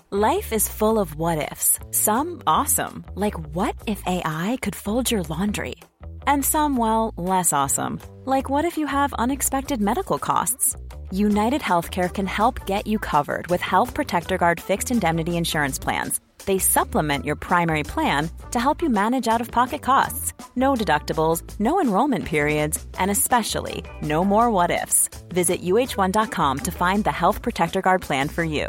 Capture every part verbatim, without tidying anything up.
Life is full of what-ifs. Some awesome, like what if A I could fold your laundry? And some, well, less awesome, like what if you have unexpected medical costs? United Healthcare can help get you covered with Health Protector Guard fixed indemnity insurance plans. They supplement your primary plan to help you manage out-of-pocket costs. No deductibles, no enrollment periods, and especially no more what-ifs. Visit U H one dot com to find the Health Protector Guard plan for you.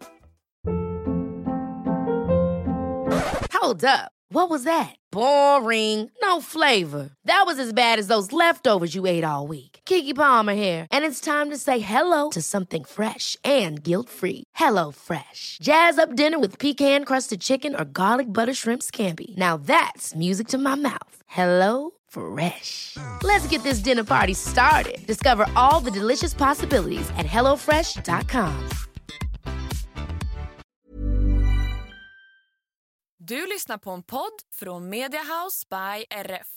Hold up. What was that? Boring. No flavor. That was as bad as those leftovers you ate all week. Keke Palmer here, and it's time to say hello to something fresh and guilt-free. Hello Fresh. Jazz up dinner with pecan-crusted chicken or garlic butter shrimp scampi. Now that's music to my mouth. Hello Fresh. Let's get this dinner party started. Discover all the delicious possibilities at hello fresh dot com. Du lyssnar på en podd från Media House by R F.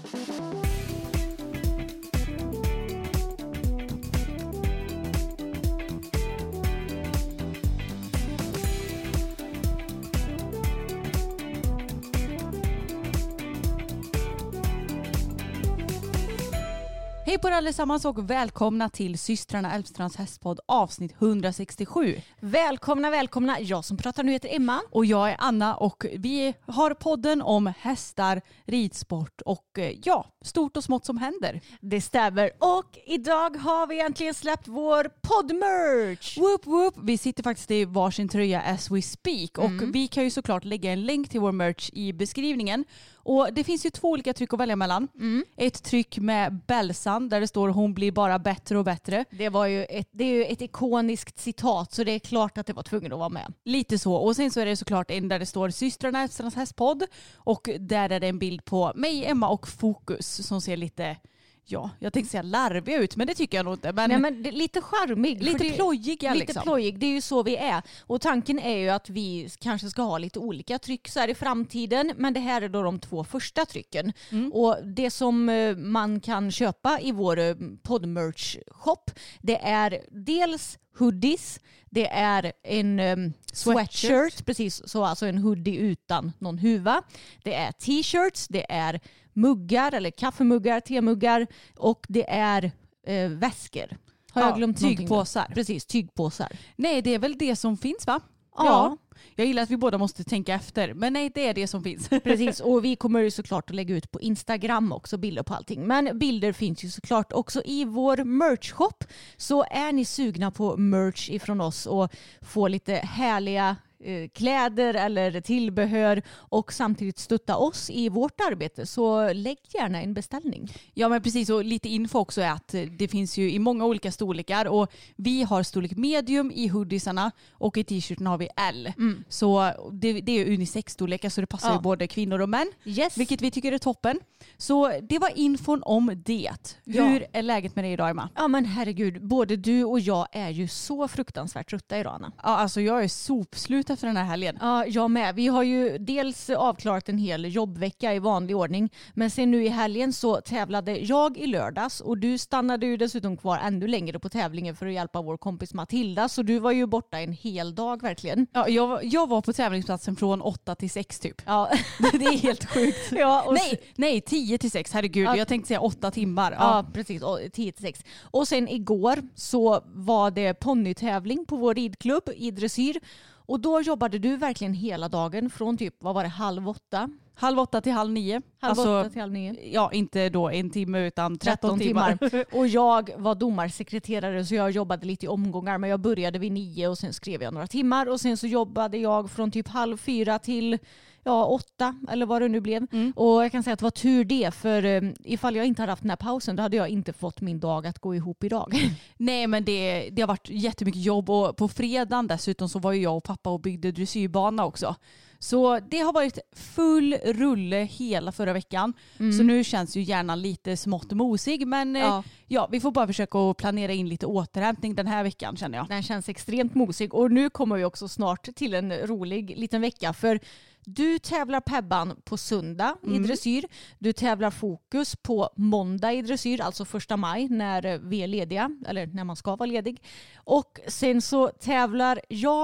Hej på er allesammans och välkomna till Systrarna Älvstrands hästpodd avsnitt hundrasextiosju. Välkomna, välkomna. Jag som pratar nu heter Emma. Och jag är Anna och vi har podden om hästar, ridsport och ja, stort och smått som händer. Det stämmer. Och idag har vi äntligen släppt vår poddmerch. Whoop whoop. Vi sitter faktiskt i varsin tröja as we speak. Mm. Och vi kan ju såklart lägga en länk till vår merch i beskrivningen. Och det finns ju två olika tryck att välja mellan. Mm. Ett tryck med Belsan där det står hon blir bara bättre och bättre. Det var ju ett, det är ju ett ikoniskt citat så det är klart att det var tvungen att vara med. Lite så. Och sen så är det såklart en där det står Systrarna Älvstrands hästpodd. Och där är det en bild på mig, Emma och Fokus som ser lite... Ja, jag tänkte säga larviga ut, men det tycker jag nog inte. Men, Nej, men det, lite charmig. Lite det, plojiga lite liksom. plojig, det är ju så vi är. Och tanken är ju att vi kanske ska ha lite olika tryck så här i framtiden. Men det här är då de två första trycken. Mm. Och det som man kan köpa i vår poddmerch-shop, det är dels hoodies, det är en um, sweatshirt, sweatshirt, precis så, alltså en hoodie utan någon huva. Det är t-shirts, det är muggar eller kaffemuggar, temuggar och det är eh, väskor. Har ja, jag glömt tygpåsar? Precis, tygpåsar. Nej, det är väl det som finns va? Ja. ja. Jag gillar att vi båda måste tänka efter. Men nej, det är det som finns. Precis, och vi kommer ju såklart att lägga ut på Instagram också bilder på allting. Men bilder finns ju såklart också i vår merch-shop. Så är ni sugna på merch ifrån oss och få lite härliga kläder eller tillbehör och samtidigt stötta oss i vårt arbete, så lägg gärna en beställning. Ja men precis, och lite info också är att det finns ju i många olika storlekar och vi har storlek medium i hoodiesarna och i t-shirten har vi L. Mm. Så det, det är unisex-storlekar så det passar ja. ju både kvinnor och män, yes. vilket vi tycker är toppen. Så det var infon om det. Hur ja. är läget med dig idag, Emma? Ja men herregud, både du och jag är ju så fruktansvärt trötta idag, Anna. Ja alltså jag är sopslut efter den här helgen. Ja, jag med. Vi har ju dels avklarat en hel jobbvecka i vanlig ordning. Men sen nu i helgen så tävlade jag i lördags. Och du stannade ju dessutom kvar ännu längre på tävlingen för att hjälpa vår kompis Matilda. Så du var ju borta en hel dag verkligen. Ja, jag, jag var på tävlingsplatsen från åtta till sex typ. Ja, det är helt sjukt. Ja, och nej, nej, tio till sex. Herregud, ja. Jag tänkte säga åtta timmar. Ja, ja precis. tio till sex. Och sen igår så var det ponnytävling på vår ridklubb i dressyr. Och då jobbade du verkligen hela dagen från typ, vad var det, halv åtta? Halv åtta till halv nio. Halv alltså, åtta till halv nio. Ja, inte då en timme utan tretton, tretton timmar. timmar. Och jag var domarsekreterare så jag jobbade lite i omgångar. Men jag började vid nio och sen skrev jag några timmar. Och sen så jobbade jag från typ halv fyra till... Ja, åtta eller vad det nu blev. Mm. Och jag kan säga att det var tur det. För um, ifall jag inte hade haft den här pausen då hade jag inte fått min dag att gå ihop idag. Nej, men det, det har varit jättemycket jobb. Och på fredagen dessutom så var ju jag och pappa och byggde dressyrbana också. Så det har varit full rulle hela förra veckan. Mm. Så nu känns ju hjärnan lite smått mosig. Men ja. ja, vi får bara försöka att planera in lite återhämtning den här veckan känner jag. Den känns extremt mosig. Och nu kommer vi också snart till en rolig liten vecka. För du tävlar Pebban på söndag mm. i dressyr. Du tävlar Fokus på måndag i dressyr, alltså första maj när vi är lediga, eller när man ska vara ledig. Och sen så tävlar jag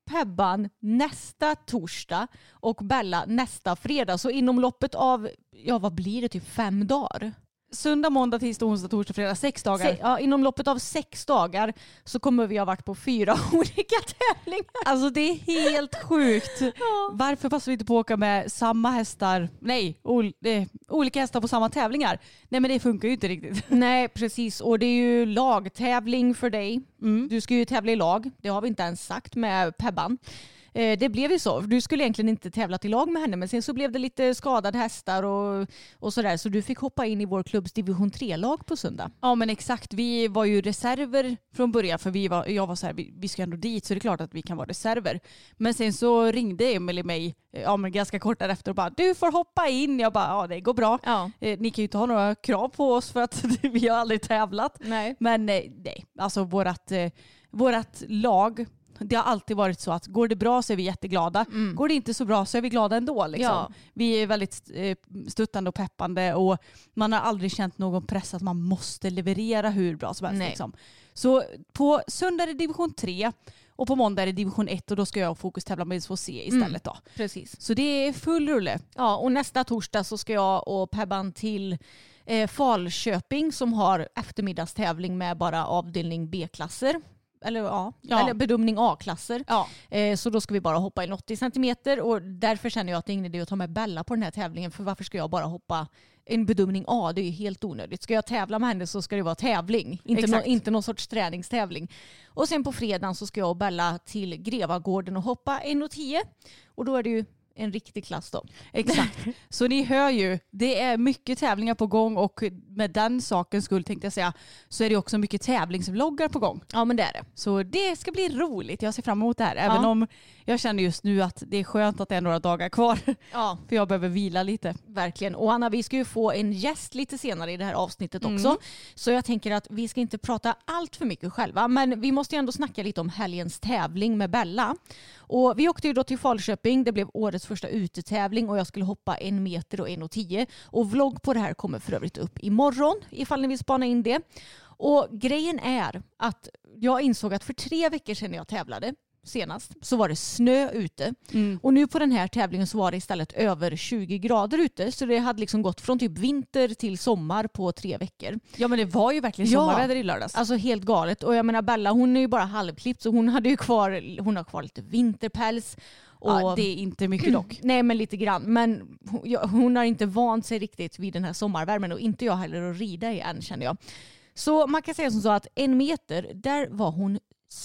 Pebban nästa torsdag och Bella nästa fredag. Så inom loppet av, ja vad blir det, typ fem dagar? Söndag, måndag, tisdag, onsdag, torsdag, fredag. Sex dagar. Se, ja, inom loppet av sex dagar så kommer vi ha varit på fyra olika tävlingar. Alltså det är helt sjukt. Ja. Varför passar vi inte på att åka med samma hästar? Nej, ol- eh, olika hästar på samma tävlingar. Nej men det funkar ju inte riktigt. Nej precis, och det är ju lagtävling för dig. Mm. Du ska ju tävla i lag. Det har vi inte ens sagt med Pebban. Det blev ju så. Du skulle egentligen inte tävla i lag med henne, men sen så blev det lite skadade hästar och, och sådär. Så du fick hoppa in i vår klubbs division tre-lag på söndag. Ja men exakt. Vi var ju reserver från början, för vi var, jag var så här, vi, vi ska ändå dit så det är klart att vi kan vara reserver. Men sen så ringde Emily mig ja, men ganska kort därefter och bara du får hoppa in. Jag bara ja det går bra. Ja. Eh, ni kan ju inte ha några krav på oss för att vi har aldrig tävlat. Nej. Men eh, nej, alltså vårat, eh, vårat lag, det har alltid varit så att går det bra så är vi jätteglada. Mm. Går det inte så bra så är vi glada ändå. Liksom. Ja. Vi är väldigt stöttande och peppande och man har aldrig känt någon press att man måste leverera hur bra som helst. Liksom. Så på söndag är det division tre och på måndag är det division ett och då ska jag fokus tävla med S V C istället. Då. Mm, precis. Så det är full rulle. Ja, och nästa torsdag så ska jag och Pebban till eh, Falköping som har eftermiddagstävling med bara avdelning B-klasser. Eller, ja, ja. eller bedömning A-klasser. Ja. Eh, så då ska vi bara hoppa i åttio centimeter och därför känner jag att det är ingen idé att ta med Bella på den här tävlingen. För varför ska jag bara hoppa en bedömning A? Det är ju helt onödigt. Ska jag tävla med henne så ska det vara tävling. Inte, no, inte någon sorts träningstävling. Och sen på fredagen så ska jag och Bella till Grevagården och hoppa en tio. Och då är det ju en riktig klass då. Exakt. Så ni hör ju, det är mycket tävlingar på gång och med den sakens skull tänkte jag säga så är det också mycket tävlingsvloggar på gång. Ja men det är det. Så det ska bli roligt. Jag ser fram emot det här. Även ja. om jag känner just nu att det är skönt att det är några dagar kvar. Ja. För jag behöver vila lite. Verkligen. Och Anna, vi ska ju få en gäst lite senare i det här avsnittet också. Mm. Så jag tänker att vi ska inte prata allt för mycket själva. Men vi måste ju ändå snacka lite om helgens tävling med Bella. Och vi åkte ju då till Falköping. Det blev årets första utetävling och jag skulle hoppa en meter och en tio. Och vlogg på det här kommer för övrigt upp imorgon ifall ni vill spana in det. Och grejen är att jag insåg att för tre veckor sedan jag tävlade senast så var det snö ute. Mm. Och nu på den här tävlingen så var det istället över tjugo grader ute. Så det hade liksom gått från typ vinter till sommar på tre veckor. Ja men det var ju verkligen sommarväder ja, i lördags. Alltså helt galet. Och jag menar Bella hon är ju bara halvklippt så hon hade ju kvar, hon har kvar lite vinterpäls. Och ja, det är inte mycket dock. Nej men lite grann. Men hon, hon har inte vant sig riktigt vid den här sommarvärmen och inte jag heller att rida igen känner jag. Så man kan säga som så att en meter, där var hon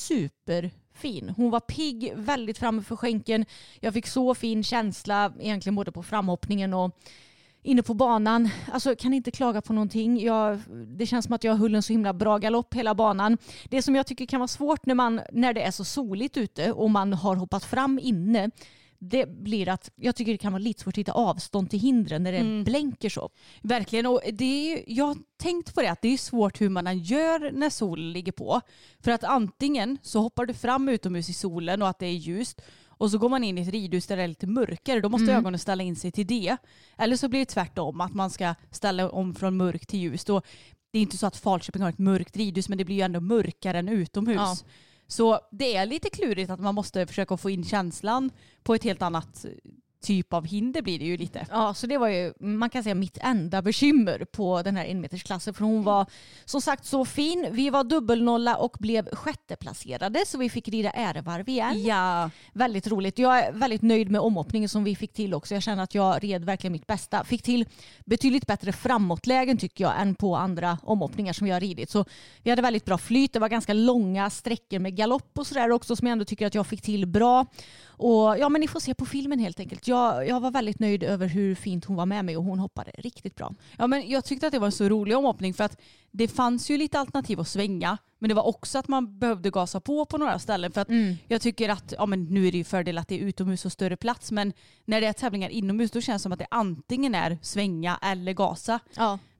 superfin. Hon var pigg, väldigt framme för skänken. Jag fick så fin känsla egentligen både på framhoppningen och inne på banan. Alltså kan inte klaga på någonting. Jag, det känns som att jag höll en så himla bra galopp hela banan. Det som jag tycker kan vara svårt när, man, när det är så soligt ute och man har hoppat fram inne, det blir att jag tycker det kan vara lite svårt att hitta avstånd till hindren när det mm. blänker så. Verkligen, och det är ju, jag har tänkt på det att det är svårt hur man gör när solen ligger på. För att antingen så hoppar du fram utomhus i solen och att det är ljust och så går man in i ett ridhus där det är lite mörkare. Då måste mm. ögonen ställa in sig till det. Eller så blir det tvärtom att man ska ställa om från mörkt till ljust. Och det är inte så att Falköping har ett mörkt ridhus men det blir ju ändå mörkare än utomhus. Ja. Så det är lite klurigt att man måste försöka få in känslan på ett helt annat typ av hinder blir det ju lite. Ja, så det var ju, man kan säga, mitt enda bekymmer på den här enmetersklassen. För hon var som sagt så fin. Vi var dubbelnolla och blev sjätteplacerade så vi fick rida ärevarv igen. Ja. Väldigt roligt. Jag är väldigt nöjd med omhoppningen som vi fick till också. Jag känner att jag red verkligen mitt bästa. Fick till betydligt bättre framåtlägen tycker jag än på andra omhoppningar som jag har ridit. Så vi hade väldigt bra flyt. Det var ganska långa sträckor med galopp och sådär också som jag ändå tycker att jag fick till bra. Och ja, men ni får se på filmen helt enkelt. Jag, jag var väldigt nöjd över hur fint hon var med mig och hon hoppade riktigt bra. Ja, men jag tyckte att det var en så rolig omhoppning för att det fanns ju lite alternativ att svänga. Men det var också att man behövde gasa på på några ställen. För att mm. jag tycker att, ja men nu är det ju fördel att det är utomhus och större plats. Men när det är tävlingar inomhus då känns det som att det antingen är svänga eller gasa. Ja.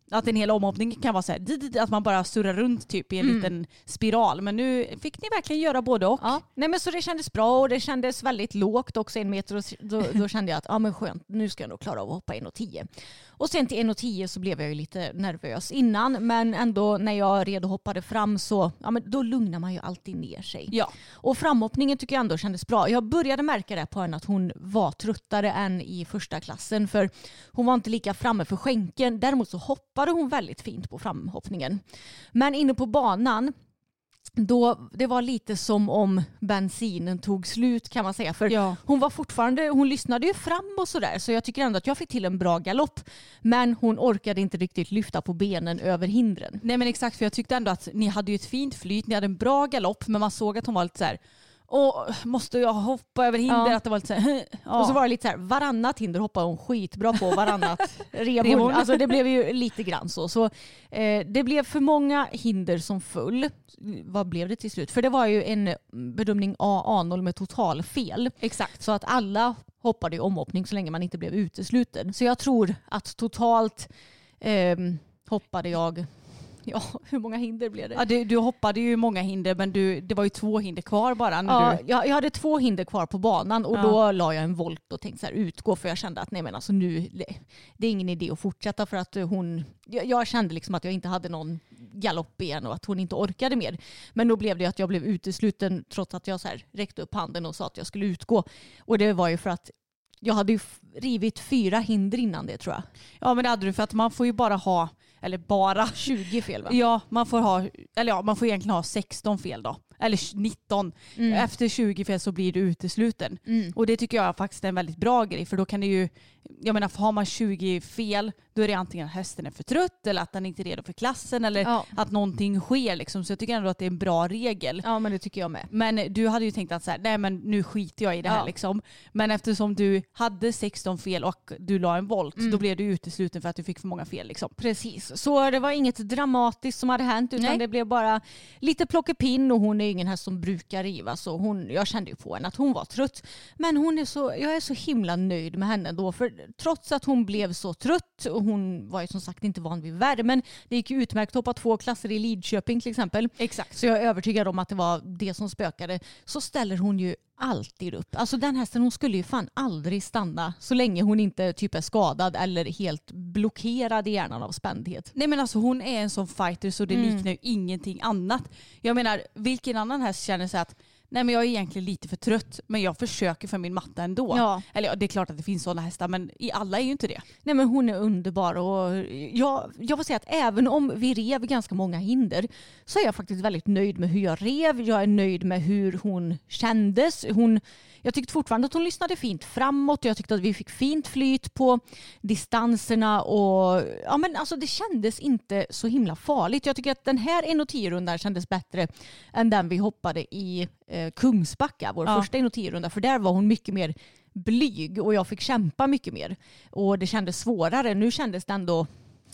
att en hel omhoppning kan vara så här, att man bara surrar runt typ i en mm. liten spiral. Men nu fick ni verkligen göra både och. Ja. Nej, men så det kändes bra och det kändes väldigt lågt också en meter. Och då, då kände jag att ja, men skönt, nu ska jag nog klara av att hoppa en och tio. Och sen till en och tio så blev jag ju lite nervös innan. Men ändå när jag redo hoppade fram så ja, men då lugnar man ju alltid ner sig. Ja. Och framhoppningen tycker jag ändå kändes bra. Jag började märka det på henne att hon var tröttare än i första klassen. För hon var inte lika framme för skänken. Däremot så hoppade hon väldigt fint på framhoppningen. Men inne på banan, då det var lite som om bensinen tog slut kan man säga. För ja. hon var fortfarande, hon lyssnade ju fram och sådär. Så jag tycker ändå att jag fick till en bra galopp. Men hon orkade inte riktigt lyfta på benen över hindren. Nej men exakt, för jag tyckte ändå att ni hade ju ett fint flyt. Ni hade en bra galopp, men man såg att hon var lite så här. Och måste jag hoppa över hinder? Ja. Att det var lite så här, ja. Och så var det lite så här, varannat hinder hoppade hon skitbra på, varannat revor. Alltså det blev ju lite grann så. Så eh, det blev för många hinder som full. Vad blev det till slut? För det var ju en bedömning A A noll med totalfel. Exakt. Så att alla hoppade i omhoppning så länge man inte blev utesluten. Så jag tror att totalt eh, hoppade jag... Ja, hur många hinder blev det? Ja, du, du hoppade ju många hinder, men du, det var ju två hinder kvar bara. När ja, du... jag, jag hade två hinder kvar på banan och ja. Då la jag en volt och tänkte så här utgå, för jag kände att nej men alltså nu, det är ingen idé att fortsätta för att hon, jag, jag kände liksom att jag inte hade någon galopp igen och att hon inte orkade mer. Men då blev det att jag blev utesluten trots att jag så här räckte upp handen och sa att jag skulle utgå. Och det var ju för att jag hade ju rivit fyra hinder innan det tror jag. Ja men det hade du, för att man får ju bara ha eller bara tjugo fel va? Ja, man får ha eller ja, man får egentligen ha sexton fel då. Eller nitton. Mm. Efter tjugo fel så blir du utesluten. Mm. Och det tycker jag faktiskt är en väldigt bra grej. För då kan det ju, jag menar, har man tjugo fel, då är det antingen att hästen är för trött eller att den inte är redo för klassen eller ja. Att någonting sker liksom. Så jag tycker ändå att det är en bra regel. Ja, men det tycker jag med. Men du hade ju tänkt att så här, nej men nu skiter jag i det här ja. Liksom. Men eftersom du hade sexton fel och du la en volt, mm. då blev du utesluten för att du fick för många fel liksom. Precis. Så det var inget dramatiskt som hade hänt, utan nej. Det blev bara lite plockepinn, och hon är ingen här som brukar riva, så hon, jag kände ju på henne att hon var trött. Men hon är så, jag är så himla nöjd med henne då, för trots att hon blev så trött, och hon var ju som sagt inte van vid värmen, det gick ju utmärkt att hoppa två klasser i Lidköping till exempel. Exakt. Så jag är övertygad om att det var det som spökade. Så ställer hon ju alltid upp. Alltså den hästen, hon skulle ju fan aldrig stanna så länge hon inte typ är skadad eller helt blockerad i hjärnan av spändhet. Nej men alltså hon är en sån fighter så det mm. liknar ju ingenting annat. Jag menar, vilken annan häst känner sig att nej men jag är egentligen lite för trött, men jag försöker för min matta ändå. Ja. Eller ja, det är klart att det finns sådana hästar, men i alla är ju inte det. Nej men hon är underbar, och jag, jag får säga att även om vi rev ganska många hinder så är jag faktiskt väldigt nöjd med hur jag rev. Jag är nöjd med hur hon kändes. Hon, jag tyckte fortfarande att hon lyssnade fint framåt. Jag tyckte att vi fick fint flyt på distanserna, och ja men alltså det kändes inte så himla farligt. Jag tycker att den här en och tio-rundan kändes bättre än den vi hoppade i eh, Kungsbacka, vår ja. första en och tio-runda, för där var hon mycket mer blyg och jag fick kämpa mycket mer. Och det kändes svårare. Nu kändes det ändå,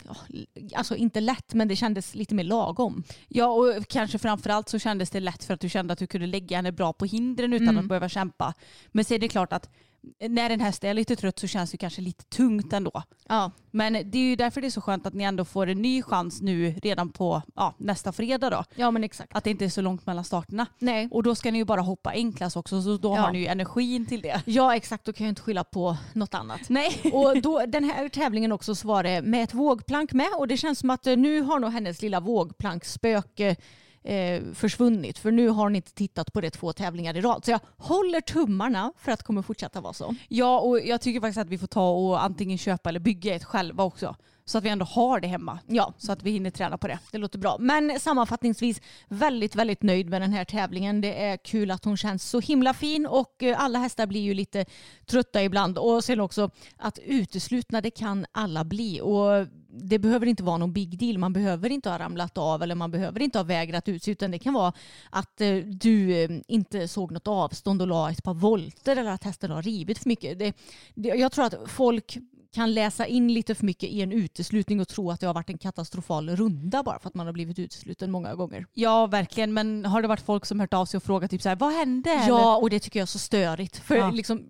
alltså inte lätt, men det kändes lite mer lagom. Ja, och kanske framförallt så kändes det lätt för att du kände att du kunde lägga henne bra på hindren utan mm. att behöva kämpa. Men så är det klart att när en häst är lite trött så känns det kanske lite tungt ändå. Ja. Men det är ju därför det är så skönt att ni ändå får en ny chans nu redan på ja, nästa fredag då. Ja men exakt. Att det inte är så långt mellan starterna. Nej. Och då ska ni ju bara hoppa en klass också, så då ja. har ni ju energin till det. Ja exakt, då kan jag inte skylla på något annat. Nej. Och då, den här tävlingen också så var det med ett vågplank med, och det känns som att nu har nog hennes lilla vågplankspöke Eh, försvunnit, för nu har ni inte tittat på det två tävlingar i rad, så jag håller tummarna för att det kommer fortsätta vara så. Ja, och jag tycker faktiskt att vi får ta och antingen köpa eller bygga ett själva också, så att vi ändå har det hemma. Ja, så att vi hinner träna på det. Det låter bra. Men sammanfattningsvis väldigt, väldigt nöjd med den här tävlingen. Det är kul att hon känns så himla fin, och alla hästar blir ju lite trötta ibland. Och sen också att uteslutna, det kan alla bli. Och det behöver inte vara någon big deal. Man behöver inte ha ramlat av eller man behöver inte ha vägrat ut sig, utan det kan vara att du inte såg något avstånd och la ett par volter, eller att hästen har rivit för mycket. Det, det, jag tror att folk kan läsa in lite för mycket i en uteslutning och tro att det har varit en katastrofal runda bara för att man har blivit utesluten många gånger. Ja, verkligen. Men har det varit folk som hört av sig och frågat typ så här, vad hände? Ja, och det tycker jag är så störigt. För ja. liksom,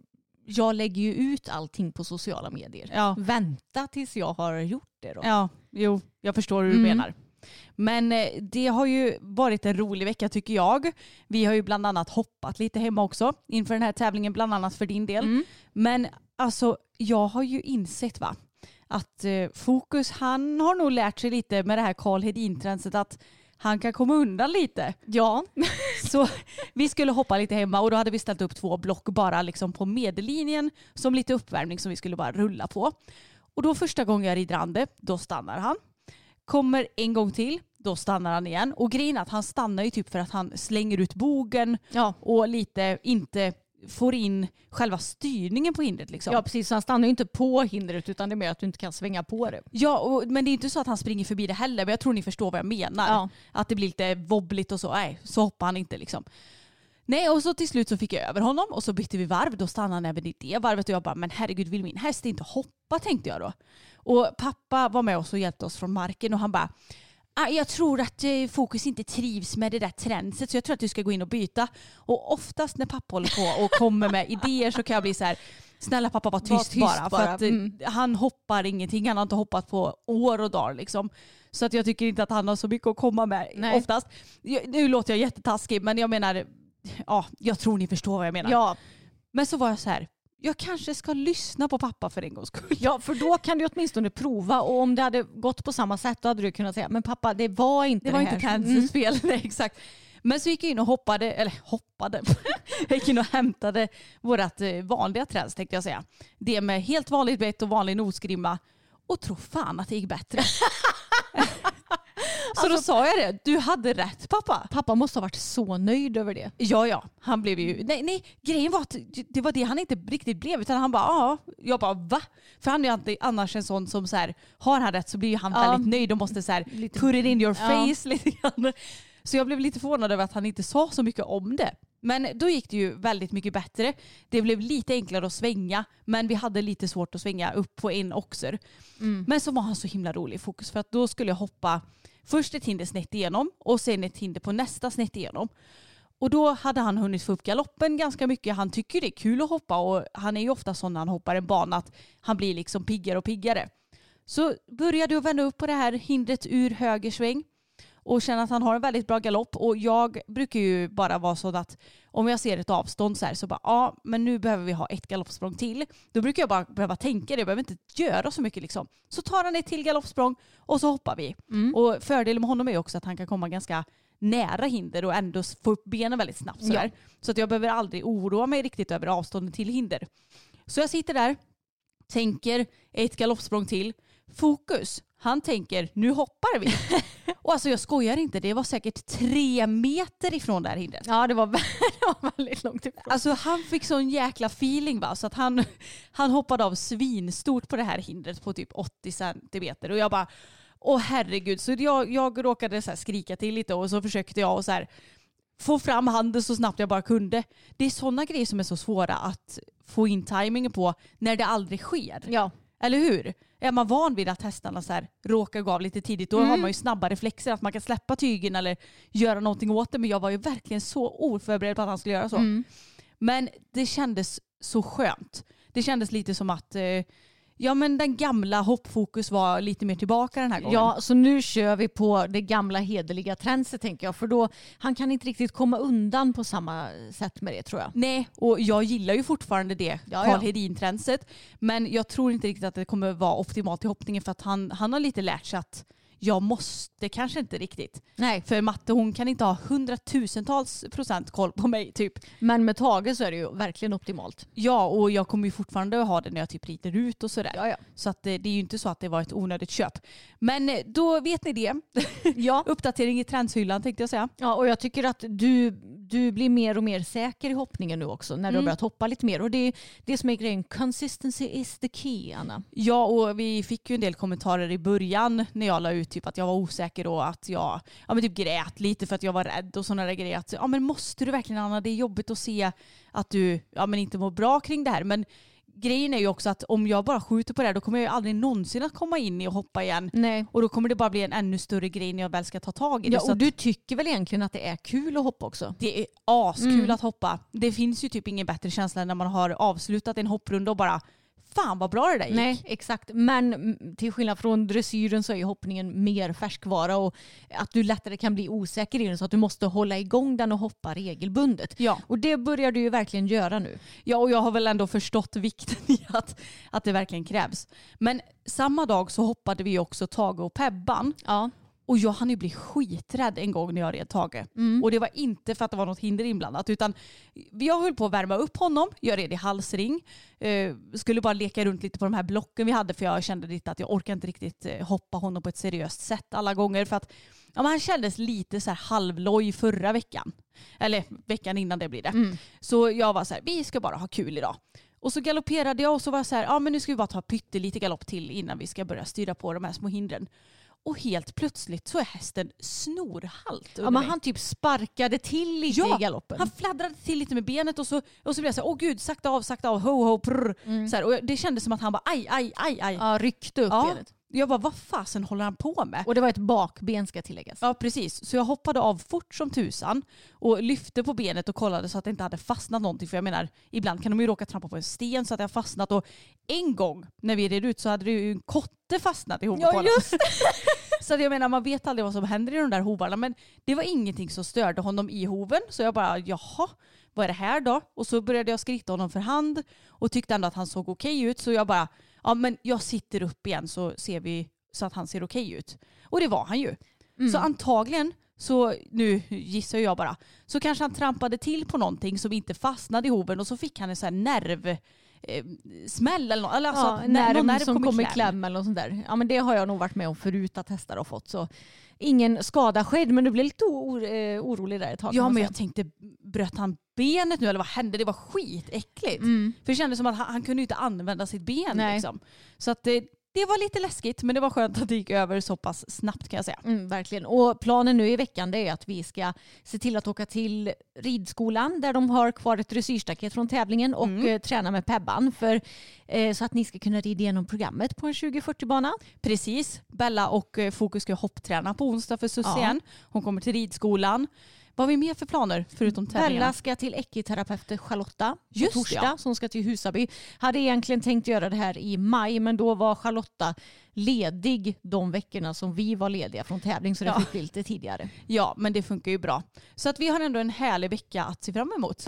jag lägger ju ut allting på sociala medier. Ja. Vänta tills jag har gjort det då. Ja, jo, jag förstår hur du Mm. menar. Men eh, det har ju varit en rolig vecka tycker jag. Vi har ju bland annat hoppat lite hemma också inför den här tävlingen, bland annat för din del. Mm. Men alltså, jag har ju insett va, att eh, Fokus, han har nog lärt sig lite med det här Karl Hedin-tränset att han kan komma undan lite. Ja. Så vi skulle hoppa lite hemma och då hade vi ställt upp två block bara liksom på medellinjen som lite uppvärmning som vi skulle bara rulla på. Och då första gången jag rider Ande, då stannar han. Kommer en gång till, då stannar han igen. Och grejen är att han stannar ju typ för att han slänger ut bogen Ja. och lite inte får in själva styrningen på hindret. Liksom. Ja, precis. Han stannar ju inte på hindret utan det är mer att du inte kan svänga på det. Ja, och, men det är inte så att han springer förbi det heller. Men jag tror ni förstår vad jag menar. Ja. Att det blir lite wobbligt och så. Nej, så hoppar han inte liksom. Nej, och så till slut så fick jag över honom och så bytte vi varv. Då stannade han även i det varvet och jag bara, men herregud, vill min häst inte hoppa, tänkte jag då. Och pappa var med oss och hjälpte oss från marken och han bara, jag tror att Fokus inte trivs med det där tränset så jag tror att du ska gå in och byta. Och oftast när pappa håller på och kommer med idéer så kan jag bli så här, snälla pappa var tyst, var tyst bara. bara. För att Mm. han hoppar ingenting, han har inte hoppat på år och dagar liksom. Så att jag tycker inte att han har så mycket att komma med. Nej. Oftast. Nu låter jag jättetaskig men jag menar, ja, jag tror ni förstår vad jag menar. Ja. Men så var jag så här, jag kanske ska lyssna på pappa för en gångs skull. Ja, för då kan du åtminstone prova och om det hade gått på samma sätt då hade du kunnat säga, men pappa det var inte Det det, var här. inte Kansas fel, nej exakt. Men så gick jag in och hoppade, eller hoppade, jag gick in och hämtade vårat vanliga träns tänkte jag säga. Det med helt vanligt bett och vanlig nosgrimma och tro fan att det gick bättre. Så Alltså, då sa jag det, du hade rätt pappa. Pappa måste ha varit så nöjd över det. Ja, ja, han blev ju, nej, nej, grejen var att det var det han inte riktigt blev utan han bara, ja, jag bara, va? För han är ju alltid annars en sån som så här, har han rätt så blir ju han Ja. väldigt nöjd och måste så här, Lite- put it in your Ja. face lite grann. Så jag blev lite förvånad över att han inte sa så mycket om det. Men då gick det ju väldigt mycket bättre. Det blev lite enklare att svänga men vi hade lite svårt att svänga upp på en oxer. Mm. Men så var han så himla rolig i Fokus för att då skulle jag hoppa först ett hinder snett igenom och sen ett hinder på nästa snett igenom. Och då hade han hunnit få upp galoppen ganska mycket. Han tycker det är kul att hoppa och han är ju ofta sån när han hoppar en bana att han blir liksom piggare och piggare. Så började jag vända upp på det här hindret ur höger sväng och känner att han har en väldigt bra galopp och jag brukar ju bara vara så att om jag ser ett avstånd så här så bara ja men nu behöver vi ha ett galoppsprång till. Då brukar jag bara behöva tänka det, jag behöver inte göra så mycket liksom. Så tar han ett till galoppsprång och så hoppar vi. Mm. Och fördelen med honom är också att han kan komma ganska nära hinder och ändå få upp benen väldigt snabbt sådär. Ja. Så att jag behöver aldrig oroa mig riktigt över avståndet till hinder. Så jag sitter där, tänker ett galoppsprång till. Fokus, han tänker nu hoppar vi. Och alltså jag skojar inte, det var säkert tre meter ifrån det här hindret. Ja, det var, det var väldigt långt ifrån. Alltså han fick sån jäkla feeling va, så att han, han hoppade av svinstort på det här hindret på typ åttio centimeter och jag bara åh herregud, så jag, jag råkade så här skrika till lite och så försökte jag och så här få fram handen så snabbt jag bara kunde. Det är sådana grejer som är så svåra att få in timingen på när det aldrig sker. Ja. Eller hur? Är man van vid att hästarna så här råkar gå av lite tidigt, då Mm. har man ju snabba reflexer att man kan släppa tygen eller göra någonting åt det. Men jag var ju verkligen så oförberedd på att han skulle göra så. Mm. Men det kändes så skönt. Det kändes lite som att eh, ja, men den gamla hoppfokus var lite mer tillbaka den här gången. Ja, så nu kör vi på det gamla hederliga tränset tänker jag. För då, han kan inte riktigt komma undan på samma sätt med det tror jag. Nej, och jag gillar ju fortfarande det Ja, Karl ja. Hedin-tränset. Men jag tror inte riktigt att det kommer vara optimalt i hoppningen för att han, han har lite lärt sig att jag måste kanske inte riktigt. Nej. För Matte hon kan inte ha hundratusentals procent koll på mig typ. Men med Tage så är det ju verkligen optimalt. Ja, och jag kommer ju fortfarande att ha det när jag typ rider ut och sådär. Ja, ja. Så att det, det är ju inte så att det var ett onödigt köp. Men eh, då vet ni det. Ja. Uppdatering i trendshyllan tänkte jag säga. Ja, och jag tycker att du, du blir mer och mer säker i hoppningen nu också när du har Mm. börjat hoppa lite mer. Och det är det som är grejen. Consistency is the key, Anna. Ja, och vi fick ju en del kommentarer i början när jag la ut typ att jag var osäker och att jag ja, men typ grät lite för att jag var rädd och sådana där grejer. Att, ja, men måste du verkligen Anna? Det är jobbigt att se att du ja, men inte mår bra kring det här. Men grejen är ju också att om jag bara skjuter på det här, då kommer jag ju aldrig någonsin att komma in i och hoppa igen. Nej. Och då kommer det bara bli en ännu större grej när jag väl ska ta tag i det. Ja, så och att du tycker väl egentligen att det är kul att hoppa också? det är askul Mm. att hoppa. Det finns ju typ ingen bättre känsla än när man har avslutat en hopprunda och bara fan vad bra det där gick. Nej, exakt. Men mm, till skillnad från dressyren så är ju hoppningen mer färskvara och att du lättare kan bli osäker i den så att du måste hålla igång den och hoppa regelbundet. Ja. Och det börjar du ju verkligen göra nu. Ja, och jag har väl ändå förstått vikten i att, att det verkligen krävs. Men samma dag så hoppade vi också Tage och Pebban. Ja. Och jag hann ju bli skiträdd en gång när jag red Tage. Mm. Och det var inte för att det var något hinder inblandat. Utan jag höll på att värma upp honom. Jag red i halsring. Uh, skulle bara leka runt lite på de här blocken vi hade. För jag kände lite att jag orkar inte riktigt uh, hoppa honom på ett seriöst sätt alla gånger. För att ja, han kändes lite så här halvloj förra veckan. Eller veckan innan det blir det. Mm. Så jag var så här, vi ska bara ha kul idag. Och så galopperade jag och så var jag så här, ja men nu ska vi bara ta pyttelite galopp till innan vi ska börja styra på de här små hindren. Och helt plötsligt så är hästen snorhalt. Ja, men han typ sparkade till lite ja, i galoppen. Han fladdrade till lite med benet och så, och så blev jag så här, åh gud, sakta av, sakta av, ho, ho, prr. Mm. Så här, och det kändes som att han bara, aj, aj, aj, aj. Ja, ryckte upp Ja. benet. Jag bara, vad fasen håller han på med? Och det var ett bakben ska tilläggas. Ja, precis. Så jag hoppade av fort som tusan och lyfte på benet och kollade så att det inte hade fastnat någonting. För jag menar, ibland kan de ju råka trampa på en sten så att det har fastnat. Och en gång när vi red ut så hade det ju en kotte fastnat i hoven på Ja, honom. just det. Så att jag menar, man vet aldrig vad som händer i de där hovarna. Men det var ingenting som störde honom i hoven. Så jag bara, jaha, vad är det här då? Och så började jag skritta honom för hand och tyckte ändå att han såg okej ut. Så jag bara, ja men jag sitter upp igen så ser vi så att han ser okej ut. Och det var han ju. Mm. Så antagligen, så nu gissar jag bara, så kanske han trampade till på någonting som inte fastnade i hoven och så fick han en sån här nerv eh, smäll eller något. Eller alltså, Ja, att nerv, någon nerv som kom i kommer i kläm. kläm eller något sånt där. Ja, men det har jag nog varit med om förut att hästar har fått. Så ingen skada skedd, men du blev lite or- eh, orolig där ett tag. Ja, kan man men säga. jag tänkte, bröt han benet nu eller vad hände? Det var skitäckligt. Mm. För det kändes som att han, han kunde inte använda sitt ben. Nej. Liksom. Så att det, det var lite läskigt, men det var skönt att det gick över så pass snabbt kan jag säga. Mm, verkligen. Och planen nu i veckan det är att vi ska se till att åka till ridskolan där de har kvar ett dressyrstaket från tävlingen och Mm. eh, träna med Pebban för, eh, så att ni ska kunna rida igenom programmet på en tjugo fyrtio-bana. Precis. Bella och eh, Fokus ska hoppträna på onsdag för Susie Ja. igen. Hon kommer till ridskolan. Vad har vi mer för planer förutom tävlingarna? Bella ska till ekiterapeuten Charlotta på Just torsdag ja. som ska till Husaby. Hade egentligen tänkt göra det här i maj men då var Charlotta ledig de veckorna som vi var lediga från tävling så det Ja. fick bli lite tidigare. Ja, men det funkar ju bra. Så att vi har ändå en härlig vecka att se fram emot.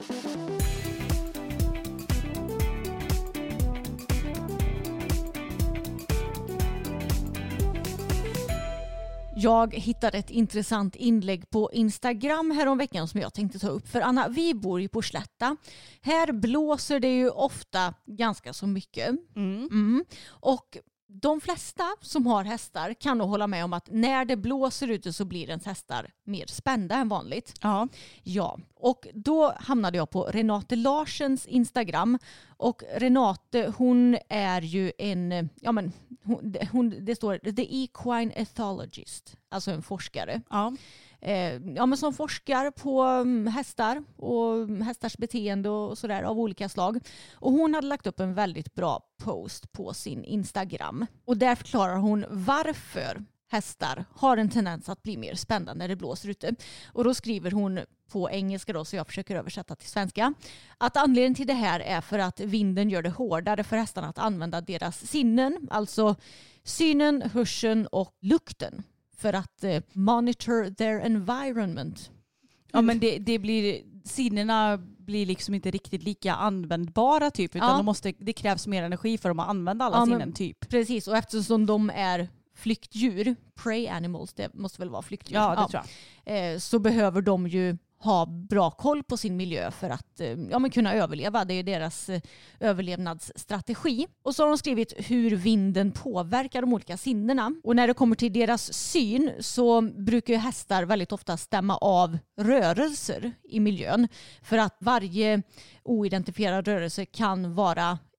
Jag hittade ett intressant inlägg på Instagram häromveckan som jag tänkte ta upp. För Anna, vi bor ju på Slätta. Här blåser det ju ofta ganska så mycket. Mm. Mm. Och de flesta som har hästar kan nog hålla med om att när det blåser ute så blir ens hästar mer spända än vanligt. Ja. Ja, och då hamnade jag på Renate Larsens Instagram. Och Renate, hon är ju en, ja men, hon, hon, det står The Equine Ethologist, alltså en forskare. Ja. Eh, ja, men som forskar på um, hästar och hästars beteende och sådär av olika slag. Och hon hade lagt upp en väldigt bra post på sin Instagram. Och där förklarar hon varför hästar har en tendens att bli mer spända när det blåser ute. Och då skriver hon på engelska då, så jag försöker översätta till svenska, att anledningen till det här är för att vinden gör det hårdare för hästarna att använda deras sinnen, alltså synen, hörseln och lukten, för att eh, monitor their environment. Ja, men det, det blir, sinnena blir liksom inte riktigt lika användbara typ, utan Ja. de måste, det krävs mer energi för dem att använda alla Ja, men- sinnen typ. Precis, och eftersom de är flyktdjur, prey animals, det måste väl vara flyktdjur, Ja, det tror jag. eh, så behöver de ju ha bra koll på sin miljö för att eh, ja, men kunna överleva. Det är deras eh, överlevnadsstrategi. Och så har de skrivit hur vinden påverkar de olika sinnena. Och när det kommer till deras syn så brukar ju hästar väldigt ofta stämma av rörelser i miljön. För att varje oidentifierad rörelse kan vara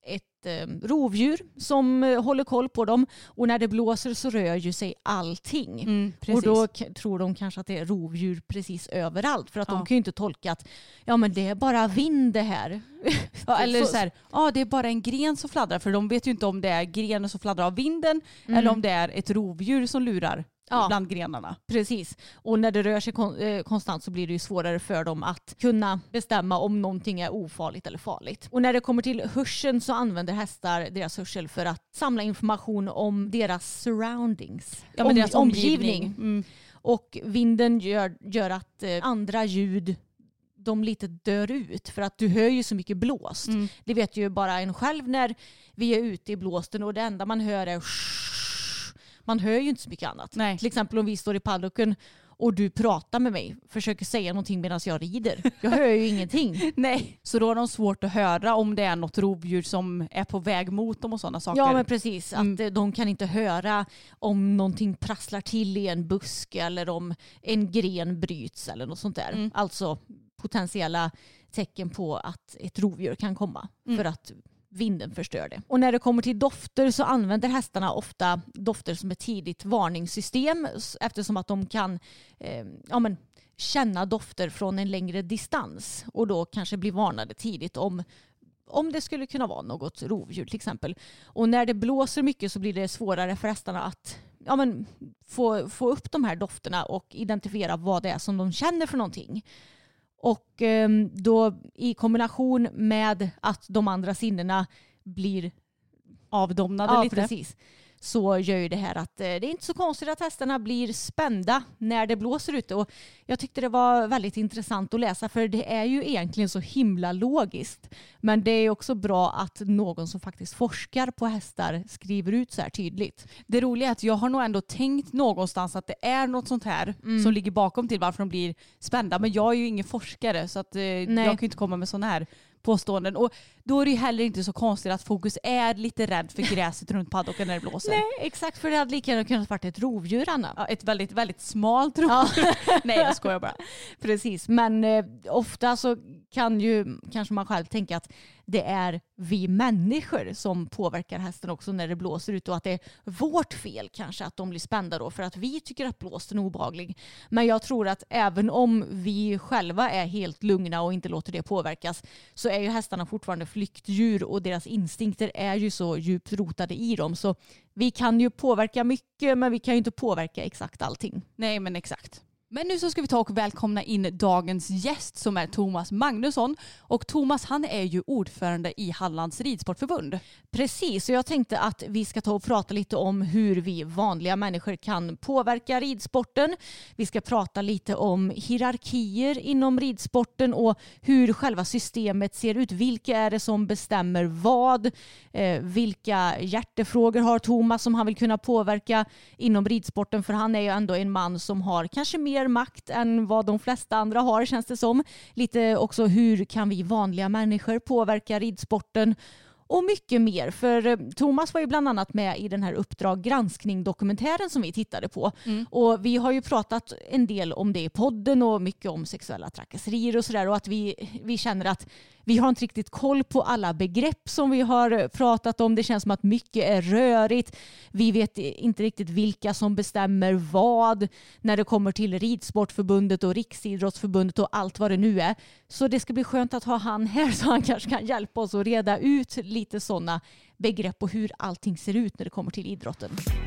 ett eh, rovdjur som eh, håller koll på dem. Och när det blåser så rör ju sig allting. Mm, och då k- tror de kanske att det är rovdjur precis överallt. För att ja. de kan ju inte tolka att ja, men det är bara vind det här. Ja, eller så här, ja, det är bara en gren som fladdrar. För de vet ju inte om det är grenen som fladdrar av vinden mm. eller om det är ett rovdjur som lurar. Ja, bland grenarna. Precis. Och när det rör sig kon- eh, konstant så blir det ju svårare för dem att kunna bestämma om någonting är ofarligt eller farligt. Och när det kommer till hörseln så använder hästar deras hörsel för att samla information om deras surroundings. Ja, men om, deras omgivning. omgivning. Mm. Och vinden gör, gör att eh, andra ljud de lite dör ut för att du hör ju så mycket blåst. Mm. Det vet ju bara en själv när vi är ute i blåsten och det enda man hör är man hör ju inte så mycket annat. Nej. Till exempel om vi står i paddocken och du pratar med mig, försöker säga någonting medan jag rider. Jag hör ju ingenting. Nej, så då har de svårt att höra om det är något rovdjur som är på väg mot dem och sådana saker. Ja, men precis. Att mm. de kan inte höra om någonting prasslar till i en buske eller om en gren bryts eller något sånt där. Mm. Alltså potentiella tecken på att ett rovdjur kan komma mm. för att vinden förstör det. Och när det kommer till dofter så använder hästarna ofta dofter som ett tidigt varningssystem eftersom att de kan eh, ja, men, känna dofter från en längre distans och då kanske bli varnade tidigt om om det skulle kunna vara något rovdjur till exempel. Och när det blåser mycket så blir det svårare för hästarna att ja, men, få, få upp de här dofterna och identifiera vad det är som de känner för någonting. Och eh, då i kombination med att de andra sinnena blir avdomnade ja, lite. Precis, så gör ju det här att eh, det är inte så konstigt att hästarna blir spända när det blåser ute. Och jag tyckte det var väldigt intressant att läsa för det är ju egentligen så himla logiskt. Men det är också bra att någon som faktiskt forskar på hästar skriver ut så här tydligt. Det roliga är att jag har nog ändå tänkt någonstans att det är något sånt här mm. som ligger bakom till varför de blir spända. Men jag är ju ingen forskare så att, eh, jag kan inte komma med sån här påståenden. Och då är det ju heller inte så konstigt att Fokus är lite rädd för gräset runt paddocken när det blåser. Nej, exakt, för det hade lika gärna kunnat vara ett rovdjur, Anna. Ja, ett väldigt, väldigt smalt rovdjur. Ja. Nej, jag skojar bara. Precis, men eh, ofta så kan ju kanske man själv tänka att det är vi människor som påverkar hästen också när det blåser ut och att det är vårt fel kanske att de blir spända då för att vi tycker att blåsten är obehaglig. Men jag tror att även om vi själva är helt lugna och inte låter det påverkas så är ju hästarna fortfarande flyktdjur och deras instinkter är ju så djupt rotade i dem. Så vi kan ju påverka mycket men vi kan ju inte påverka exakt allting. Nej, men exakt. Men nu så ska vi ta och välkomna in dagens gäst som är Thomas Magnusson. Och Thomas, han är ju ordförande i Hallands ridsportförbund. Precis, och jag tänkte att vi ska ta och prata lite om hur vi vanliga människor kan påverka ridsporten. Vi ska prata lite om hierarkier inom ridsporten och hur själva systemet ser ut. Vilka är det som bestämmer vad? Eh, vilka hjärtefrågor har Thomas som han vill kunna påverka inom ridsporten? För han är ju ändå en man som har kanske mer makt än vad de flesta andra har, känns det som. Lite också hur kan vi vanliga människor påverka ridsporten och mycket mer. För Thomas var ju bland annat med i den här Uppdrag granskning-dokumentären som vi tittade på. Mm. Och vi har ju pratat en del om det i podden och mycket om sexuella trakasserier och sådär. Och att vi, vi känner att vi har inte riktigt koll på alla begrepp som vi har pratat om. Det känns som att mycket är rörigt. Vi vet inte riktigt vilka som bestämmer vad när det kommer till Ridsportförbundet och Riksidrottsförbundet och allt vad det nu är. Så det ska bli skönt att ha han här så han kanske kan hjälpa oss att reda ut lite sådana begrepp och hur allting ser ut när det kommer till idrotten.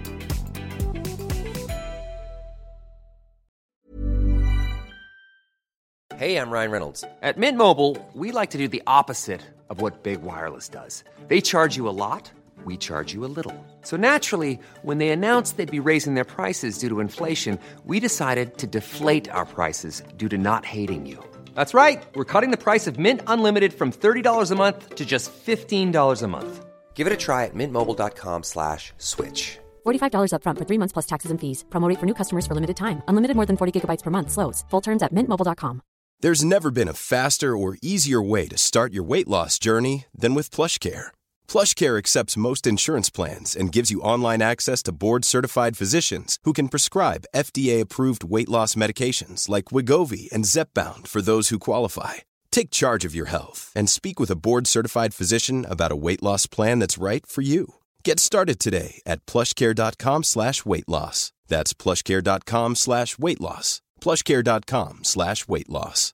Hey, I'm Ryan Reynolds. At Mint Mobile, we like to do the opposite of what Big Wireless does. They charge you a lot, we charge you a little. So naturally, when they announced they'd be raising their prices due to inflation, we decided to deflate our prices due to not hating you. That's right. We're cutting the price of Mint Unlimited from thirty dollars a month to just fifteen dollars a month. Give it a try at mintmobile.com slash switch. forty-five dollars up front for three months plus taxes and fees. Promo rate for new customers for limited time. Unlimited more than forty gigabytes per month. Slows full terms at mint mobile dot com. There's never been a faster or easier way to start your weight loss journey than with PlushCare. PlushCare accepts most insurance plans and gives you online access to board-certified physicians who can prescribe F D A-approved weight loss medications like Wegovy and Zepbound for those who qualify. Take charge of your health and speak with a board-certified physician about a weight loss plan that's right for you. Get started today at plushcare.com slash weight loss. That's plushcare.com slash weight loss. plushcare.com slash weight loss.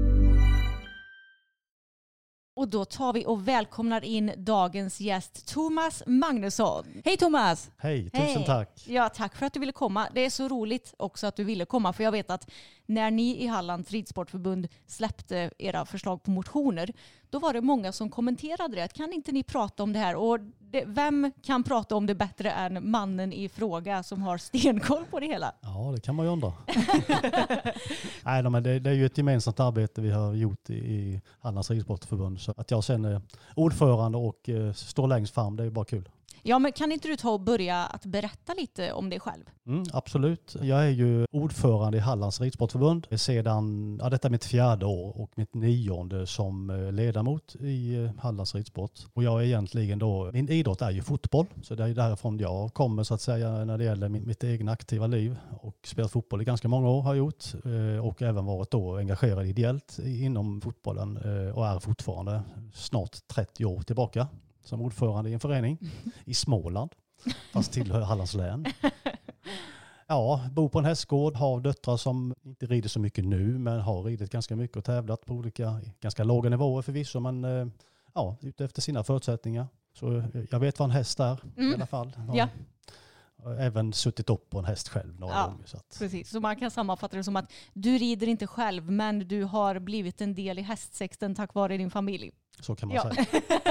Och då tar vi och välkomnar in dagens gäst Thomas Magnusson. Hej Thomas! Hej, tusen Hej. tack. Ja, tack för att du ville komma. Det är så roligt också att du ville komma, för jag vet att när ni i Hallands ridsportförbund släppte era förslag på motioner, då var det många som kommenterade det. Kan inte ni prata om det här? Och det, vem kan prata om det bättre än mannen i fråga som har stenkoll på det hela? Ja, det kan man ju undra. Nej, men det, det är ju ett gemensamt arbete vi har gjort i, i Hallands ridsportförbund. Så att jag sen är ordförande och eh, står längst fram, det är ju bara kul. Ja, men kan inte du ta och börja att berätta lite om dig själv? Mm, absolut. Jag är ju ordförande i Hallands ridsportförbund sedan, ja, detta är mitt fjärde år och mitt nionde som ledamot i Hallands ridsport. Och jag är egentligen då, min idrott är ju fotboll, så det är därifrån jag kommer så att säga när det gäller mitt, mitt egna aktiva liv. Och spelat fotboll i ganska många år har jag gjort och även varit då engagerad ideellt inom fotbollen och är fortfarande snart trettio år tillbaka som ordförande i en förening i Småland, fast tillhör Hallands län. Ja, bor på en hästgård, har döttrar som inte rider så mycket nu, men har ridit ganska mycket och tävlat på olika, ganska låga nivåer förvisso, men ja, ute efter sina förutsättningar. Så jag vet vad en häst är mm. i alla fall. Ja. Även suttit upp på en häst själv några ja, gånger. Så att. Precis, så man kan sammanfatta det som att du rider inte själv, men du har blivit en del i hästsexten tack vare din familj. Så kan man ja. säga.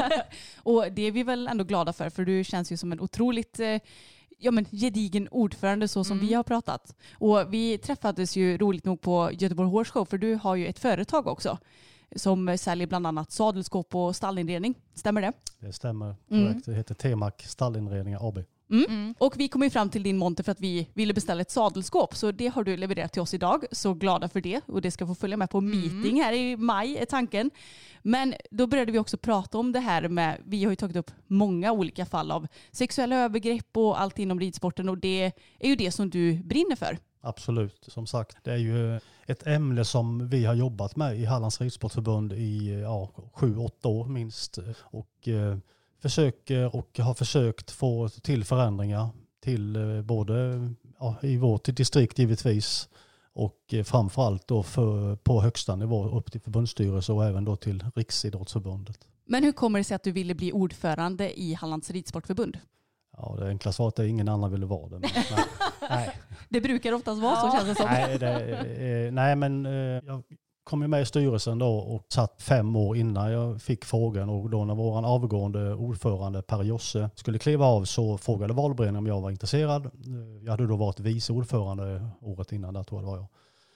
Och det är vi väl ändå glada för, för du känns ju som en otroligt eh, ja, men gedigen ordförande så som mm. vi har pratat. Och vi träffades ju roligt nog på Göteborg Horse Show, för du har ju ett företag också som säljer bland annat sadelskåp och stallinredning. Stämmer det? Det stämmer, korrekt. Mm. Det heter T-Mac Stallinredningar A B. Mm. Mm. Och vi kom ju fram till din monter för att vi ville beställa ett sadelskåp, så det har du levererat till oss idag. Så glada för det, och det ska få följa med på mm. meeting här i maj är tanken. Men då började vi också prata om det här med, vi har ju tagit upp många olika fall av sexuella övergrepp och allt inom ridsporten, och det är ju det som du brinner för. Absolut, som sagt. Det är ju ett ämne som vi har jobbat med i Hallands ridsportförbund i ja, sju, åtta år minst. Och eh, försöker och har försökt få till förändringar till eh, både ja, i vårt distrikt givetvis och eh, framförallt då för, på högsta nivå upp till förbundsstyrelse och även då till Riksidrottsförbundet. Men hur kommer det sig att du ville bli ordförande i Hallands ridsportförbund? Ja, det enkla svaret är att ingen annan ville vara det. Men, nej, nej. Det brukar oftast vara så, känns det som. Nej, det, eh, nej men eh, jag kom ju med i styrelsen då och satt fem år innan jag fick frågan, och då när vår avgående ordförande Per Josse skulle kliva av så frågade valberedningen om jag var intresserad. Jag hade då varit vice ordförande året innan, där tror jag det var jag.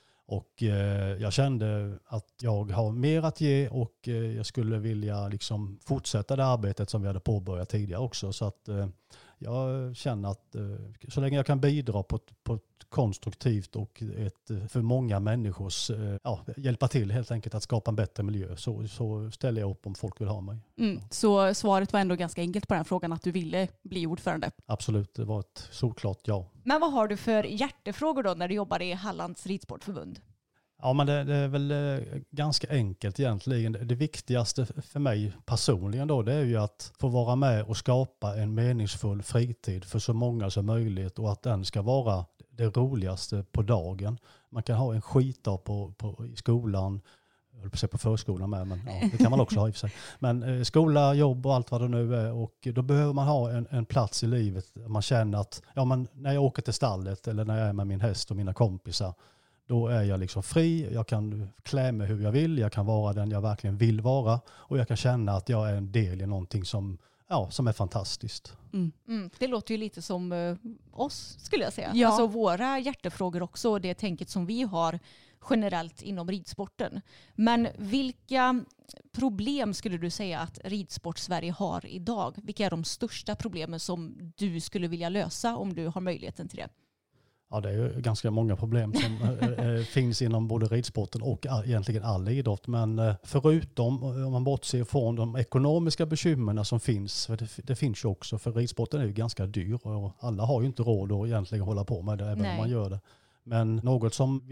Och eh, jag kände att jag har mer att ge och eh, jag skulle vilja liksom fortsätta det arbetet som vi hade påbörjat tidigare också. Så att eh, jag känner att eh, så länge jag kan bidra på ett, på ett konstruktivt och ett, för många människors eh, ja, hjälpa till helt enkelt att skapa en bättre miljö, så, så ställer jag upp om folk vill ha mig. Mm. Så svaret var ändå ganska enkelt på den frågan, att du ville bli ordförande? Absolut, det var ett såklart ja. Men vad har du för hjärtefrågor då när du jobbar i Hallands ridsportförbund? Ja, men det, det är väl ganska enkelt egentligen. Det viktigaste för mig personligen då, det är ju att få vara med och skapa en meningsfull fritid för så många som möjligt, och att den ska vara det roligaste på dagen. Man kan ha en skitdag på, på, i skolan, jag höll på att säga på förskolan med, men ja, det kan man också ha i och för sig. Men eh, skola, jobb och allt vad det nu är, och då behöver man ha en, en plats i livet. Man känner att ja, men när jag åker till stallet eller när jag är med min häst och mina kompisar, då är jag liksom fri, jag kan klä mig hur jag vill, jag kan vara den jag verkligen vill vara, och jag kan känna att jag är en del i någonting som, ja, som är fantastiskt. Mm. Mm. Det låter ju lite som uh, oss, skulle jag säga. Ja. Alltså våra hjärtefrågor också, det tänket som vi har generellt inom ridsporten. Men vilka problem skulle du säga att ridsport Sverige har idag? Vilka är de största problemen som du skulle vilja lösa om du har möjligheten till det? Ja, det är ju ganska många problem som äh, finns inom både ridsporten och all, egentligen all idrott. Men äh, förutom, om man bortser från de ekonomiska bekymmerna som finns, för det, det finns ju också, för ridsporten är ju ganska dyr och alla har ju inte råd att egentligen hålla på med det, även Nej. om man gör det. Men något som vi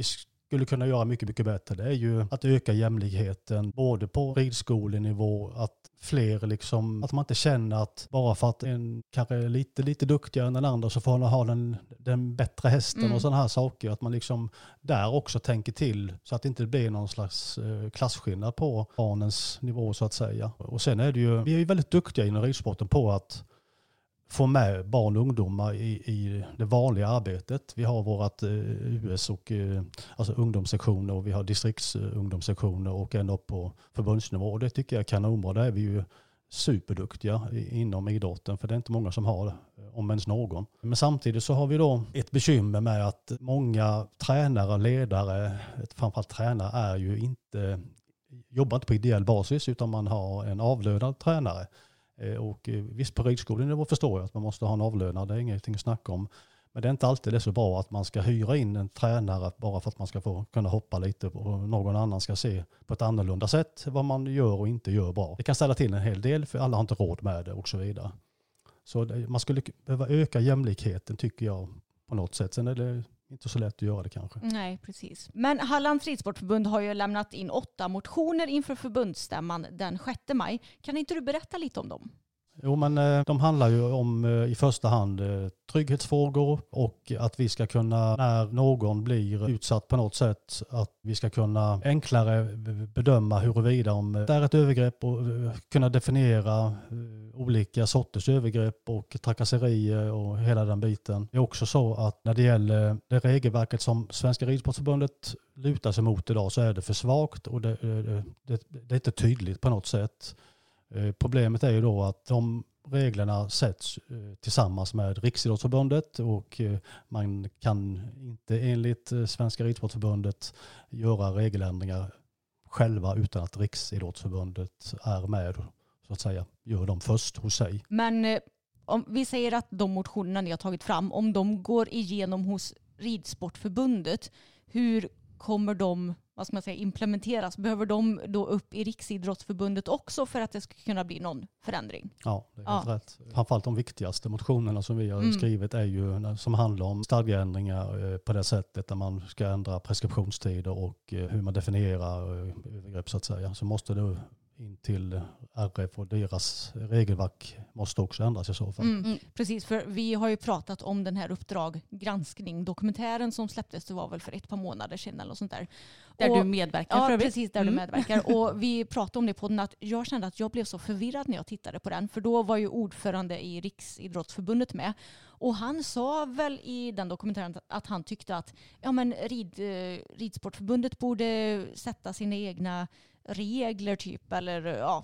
skulle kunna göra mycket, mycket bättre, det är ju att öka jämlikheten både på ridskolenivå, att fler liksom, att man inte känner att bara för att en kanske är lite, lite duktigare än den andra så får man ha den, den bättre hästen mm. och sådana här saker. Att man liksom där också tänker till så att det inte blir någon slags eh, klasskillnad på barnens nivå så att säga. Och sen är det ju, vi är ju väldigt duktiga inom ridsporten på att få med barn och ungdomar i, i det vanliga arbetet. Vi har vårat eh, U S och eh, alltså ungdomssektioner och vi har distriktsungdomssektioner och ända upp på förbundsnivå. Och det tycker jag är kanonbra. Där är vi ju superduktiga i, inom idrotten, för det är inte många som har det, om ens någon. Men samtidigt så har vi då ett bekymmer med att många tränare och ledare, framförallt tränare, är ju inte, jobbar inte på ideell basis utan man har en avlönad tränare. Och visst, på ridskolan förstår jag att man måste ha en avlönad, det är ingenting att snacka om. Men det är inte alltid det är så bra att man ska hyra in en tränare bara för att man ska få kunna hoppa lite och någon annan ska se på ett annorlunda sätt vad man gör och inte gör bra. Det kan ställa till en hel del för alla har inte råd med det och så vidare. Så det, man skulle behöva öka jämlikheten tycker jag på något sätt. Sen är det inte så lätt att göra det kanske. Nej, precis. Men Hallands ridsportförbund har ju lämnat in åtta motioner inför förbundsstämman den sjätte maj. Kan inte du berätta lite om dem? Jo, men de handlar ju om i första hand trygghetsfrågor och att vi ska kunna, när någon blir utsatt på något sätt, att vi ska kunna enklare bedöma huruvida om det är ett övergrepp och kunna definiera olika sorters övergrepp och trakasserier och hela den biten. Det är också så att när det gäller det regelverket som Svenska ridsportförbundet lutar sig mot idag så är det för svagt och det, det, det, det är inte tydligt på något sätt. Problemet är ju då att de reglerna sätts tillsammans med Riksidrottsförbundet och man kan inte enligt Svenska ridsportförbundet göra regeländringar själva utan att Riksidrottsförbundet är med, så att säga, gör dem först hos sig. Men om vi säger att de motionerna ni har tagit fram, om de går igenom hos Ridsportförbundet, hur kommer de, vad ska man säga, implementeras? Behöver de då upp i Riksidrottsförbundet också för att det ska kunna bli någon förändring? Ja, det är helt ja. rätt. Framförallt de viktigaste motionerna som vi har mm. skrivit är ju som handlar om stadgeändringar på det sättet där man ska ändra preskriptionstider och hur man definierar övergrepp så att säga. Så måste det in till R F och deras regelverk måste också ändras i så fall. Mm, mm, precis, för vi har ju pratat om den här Uppdrag granskning, dokumentären som släpptes, det var väl för ett par månader sedan eller något sånt där. Där och, du medverkar ja, för övrigt. Precis, där mm. du medverkar. Och vi pratade om det på den att jag kände att jag blev så förvirrad när jag tittade på den, för då var ju ordförande i Riksidrottsförbundet med. Och han sa väl i den dokumentären att han tyckte att ja, men rid, Ridsportförbundet borde sätta sina egna regler typ, eller ja,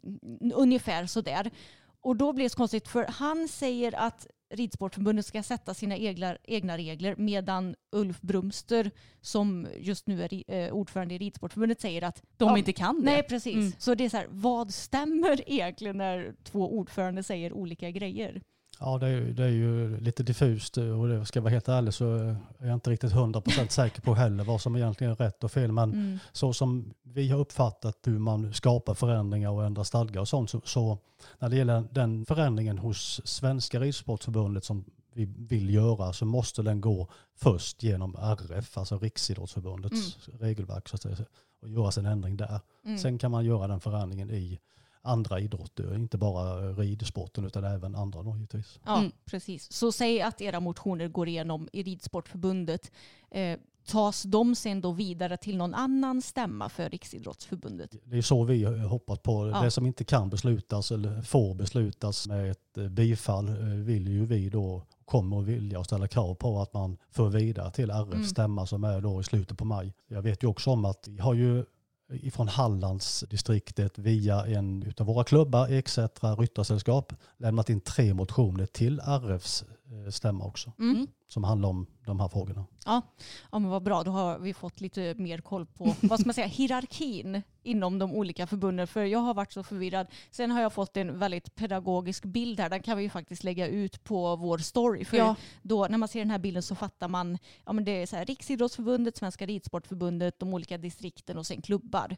ungefär så där. Och då blir det konstigt, för han säger att Ridsportförbundet ska sätta sina egna, egna regler, medan Ulf Brumster, som just nu är eh, ordförande i Ridsportförbundet, säger att de ja, inte kan det. Nej, precis. Mm. Så det är så här, vad stämmer egentligen när två ordförande säger olika grejer? Ja, det är, det är ju lite diffust och det ska vara helt ärlig så är jag inte riktigt hundra procent säker på heller vad som egentligen är rätt och fel. Men mm. så som vi har uppfattat hur man skapar förändringar och ändrar stadgar och sånt, så, så när det gäller den förändringen hos Svenska Ridsportförbundet som vi vill göra, så måste den gå först genom R F, alltså Riksidrottsförbundets mm. regelverk så att säga, och göra en ändring där. Mm. Sen kan man göra den förändringen i andra idrotter, inte bara ridsporten utan även andra då, givetvis. Ja, mm. precis. Så säg att era motioner går igenom i Ridsportförbundet. Eh, tas de sen då vidare till någon annan stämma för Riksidrottsförbundet? Det är så vi hoppas på. Ja. Det som inte kan beslutas eller får beslutas med ett bifall vill ju vi då kommer att vilja och ställa krav på att man för vidare till R F mm. stämma som är då i slutet på maj. Jag vet ju också om att vi har ju ifrån Hallandsdistriktet via en utav våra klubbar, Eksätra Ryttarsällskap, lämnat in tre motioner till R Fs stämma också. Mm. Som handlar om de här frågorna. Ja. Ja, men vad bra. Då har vi fått lite mer koll på, vad ska man säga, hierarkin inom de olika förbunden. För jag har varit så förvirrad. Sen har jag fått en väldigt pedagogisk bild här. Den kan vi ju faktiskt lägga ut på vår story. För ja. Då, när man ser den här bilden så fattar man, ja men det är så här, Riksidrottsförbundet, Svenska Ridsportförbundet, de olika distrikten och sen klubbar.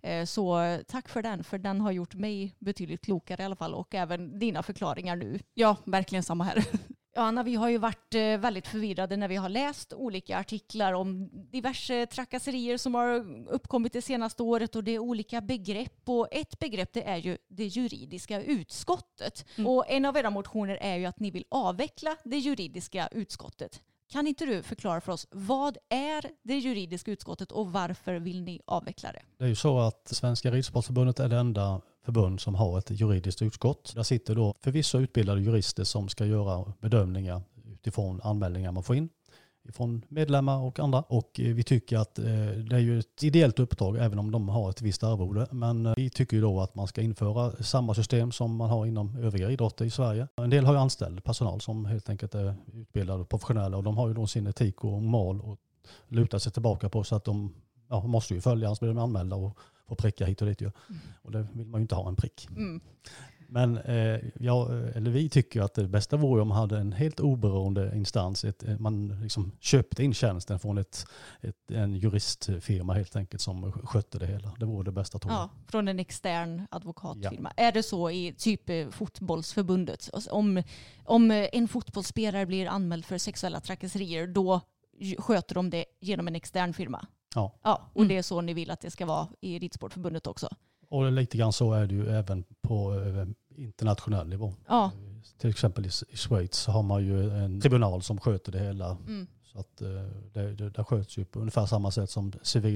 Så tack för den, för den har gjort mig betydligt klokare i alla fall. Och även dina förklaringar nu. Ja, verkligen samma här. Ja, Anna, vi har ju varit väldigt förvirrade när vi har läst olika artiklar om diverse trakasserier som har uppkommit det senaste året och det är olika begrepp. Och ett begrepp det är ju det juridiska utskottet. Mm. Och en av era motioner är ju att ni vill avveckla det juridiska utskottet. Kan inte du förklara för oss, vad är det juridiska utskottet och varför vill ni avveckla det? Det är ju så att Svenska Ridsportförbundet är det enda förbund som har ett juridiskt utskott. Där sitter då förvisso utbildade jurister som ska göra bedömningar utifrån anmälningar man får in från medlemmar och andra. Och vi tycker att det är ju ett ideellt uppdrag även om de har ett visst arvode. Men vi tycker ju då att man ska införa samma system som man har inom övriga idrotter i Sverige. En del har ju anställd personal som helt enkelt är utbildade och professionella och de har ju då sin etik och moral och luta sig tillbaka på så att de ja, måste ju följa, annars blir de anmälda och får pricka hit och dit. Ju. Mm. Och det vill man ju inte ha en prick. Mm. Men eh, ja, eller vi tycker att det bästa vore om man hade en helt oberoende instans. Ett, man liksom köpte in tjänsten från ett, ett, en juristfirma helt enkelt som skötte det hela. Det vore det bästa tror jag. Ja, från en extern advokatfirma. Ja. Är det så i typ fotbollsförbundet? Om, om en fotbollsspelare blir anmäld för sexuella trakasserier då sköter de det genom en extern firma? Ja. Ja, och mm. det är så ni vill att det ska vara i Ridsportförbundet också? Och lite grann så är det ju även på eh, internationell nivå. Ja. Till exempel i, i Schweiz så har man ju en tribunal som sköter det hela. Mm. Så att eh, det, det, det sköts ju på ungefär samma sätt som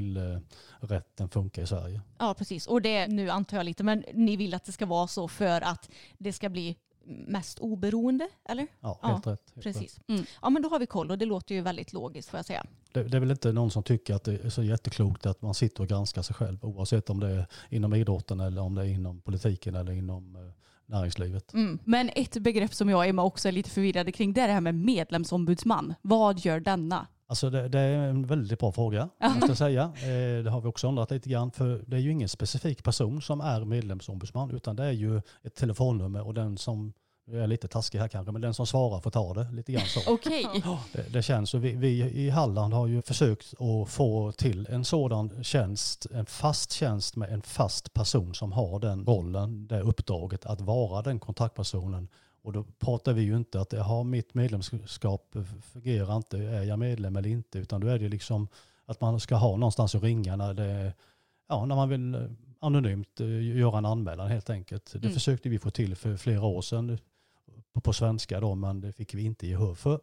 civilrätten eh, funkar i Sverige. Ja, precis. Och det nu antar jag lite, men ni vill att det ska vara så för att det ska bli mest oberoende, eller? Ja, helt ja, rätt. Helt precis. rätt. Mm. Ja, men då har vi koll och det låter ju väldigt logiskt får jag säga. Det, det är väl inte någon som tycker att det är så jätteklokt att man sitter och granskar sig själv oavsett om det är inom idrotten eller om det är inom politiken eller inom eh, näringslivet. Mm. Men ett begrepp som jag Emma också är lite förvirrad kring det är det här med medlemsombudsman. Vad gör denna? Alltså det, det är en väldigt bra fråga, måste jag säga. Eh, det har vi också undrat lite grann, för det är ju ingen specifik person som är medlemsombudsman, utan det är ju ett telefonnummer och den som, jag är lite taskig här kanske, men den som svarar får ta det lite grann så. Okej. Okay. Det, det känns, och vi, vi i Halland har ju försökt att få till en sådan tjänst, en fast tjänst med en fast person som har den rollen, det uppdraget att vara den kontaktpersonen. Och då pratar vi ju inte att har mitt medlemskap fungerar inte, är jag medlem eller inte, utan då är det liksom att man ska ha någonstans att ringa när, det, ja, när man vill anonymt göra en anmälan helt enkelt. Det mm. försökte vi få till för flera år sedan på, på svenska då, men det fick vi inte gehör för.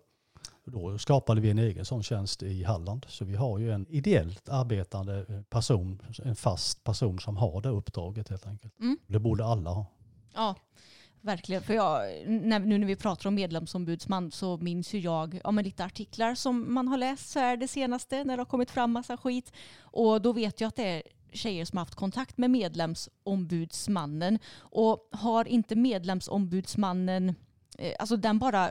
Då skapade vi en egen sån tjänst i Halland. Så vi har ju en ideellt arbetande person, en fast person som har det uppdraget helt enkelt. Mm. Det borde alla ha. Ja. Verkligen, för jag, när, nu när vi pratar om medlemsombudsman så minns ju jag ja, men lite artiklar som man har läst så här det senaste när det har kommit fram massa skit. Och då vet jag att det är tjejer som har haft kontakt med medlemsombudsmannen. Och har inte medlemsombudsmannen, eh, alltså den bara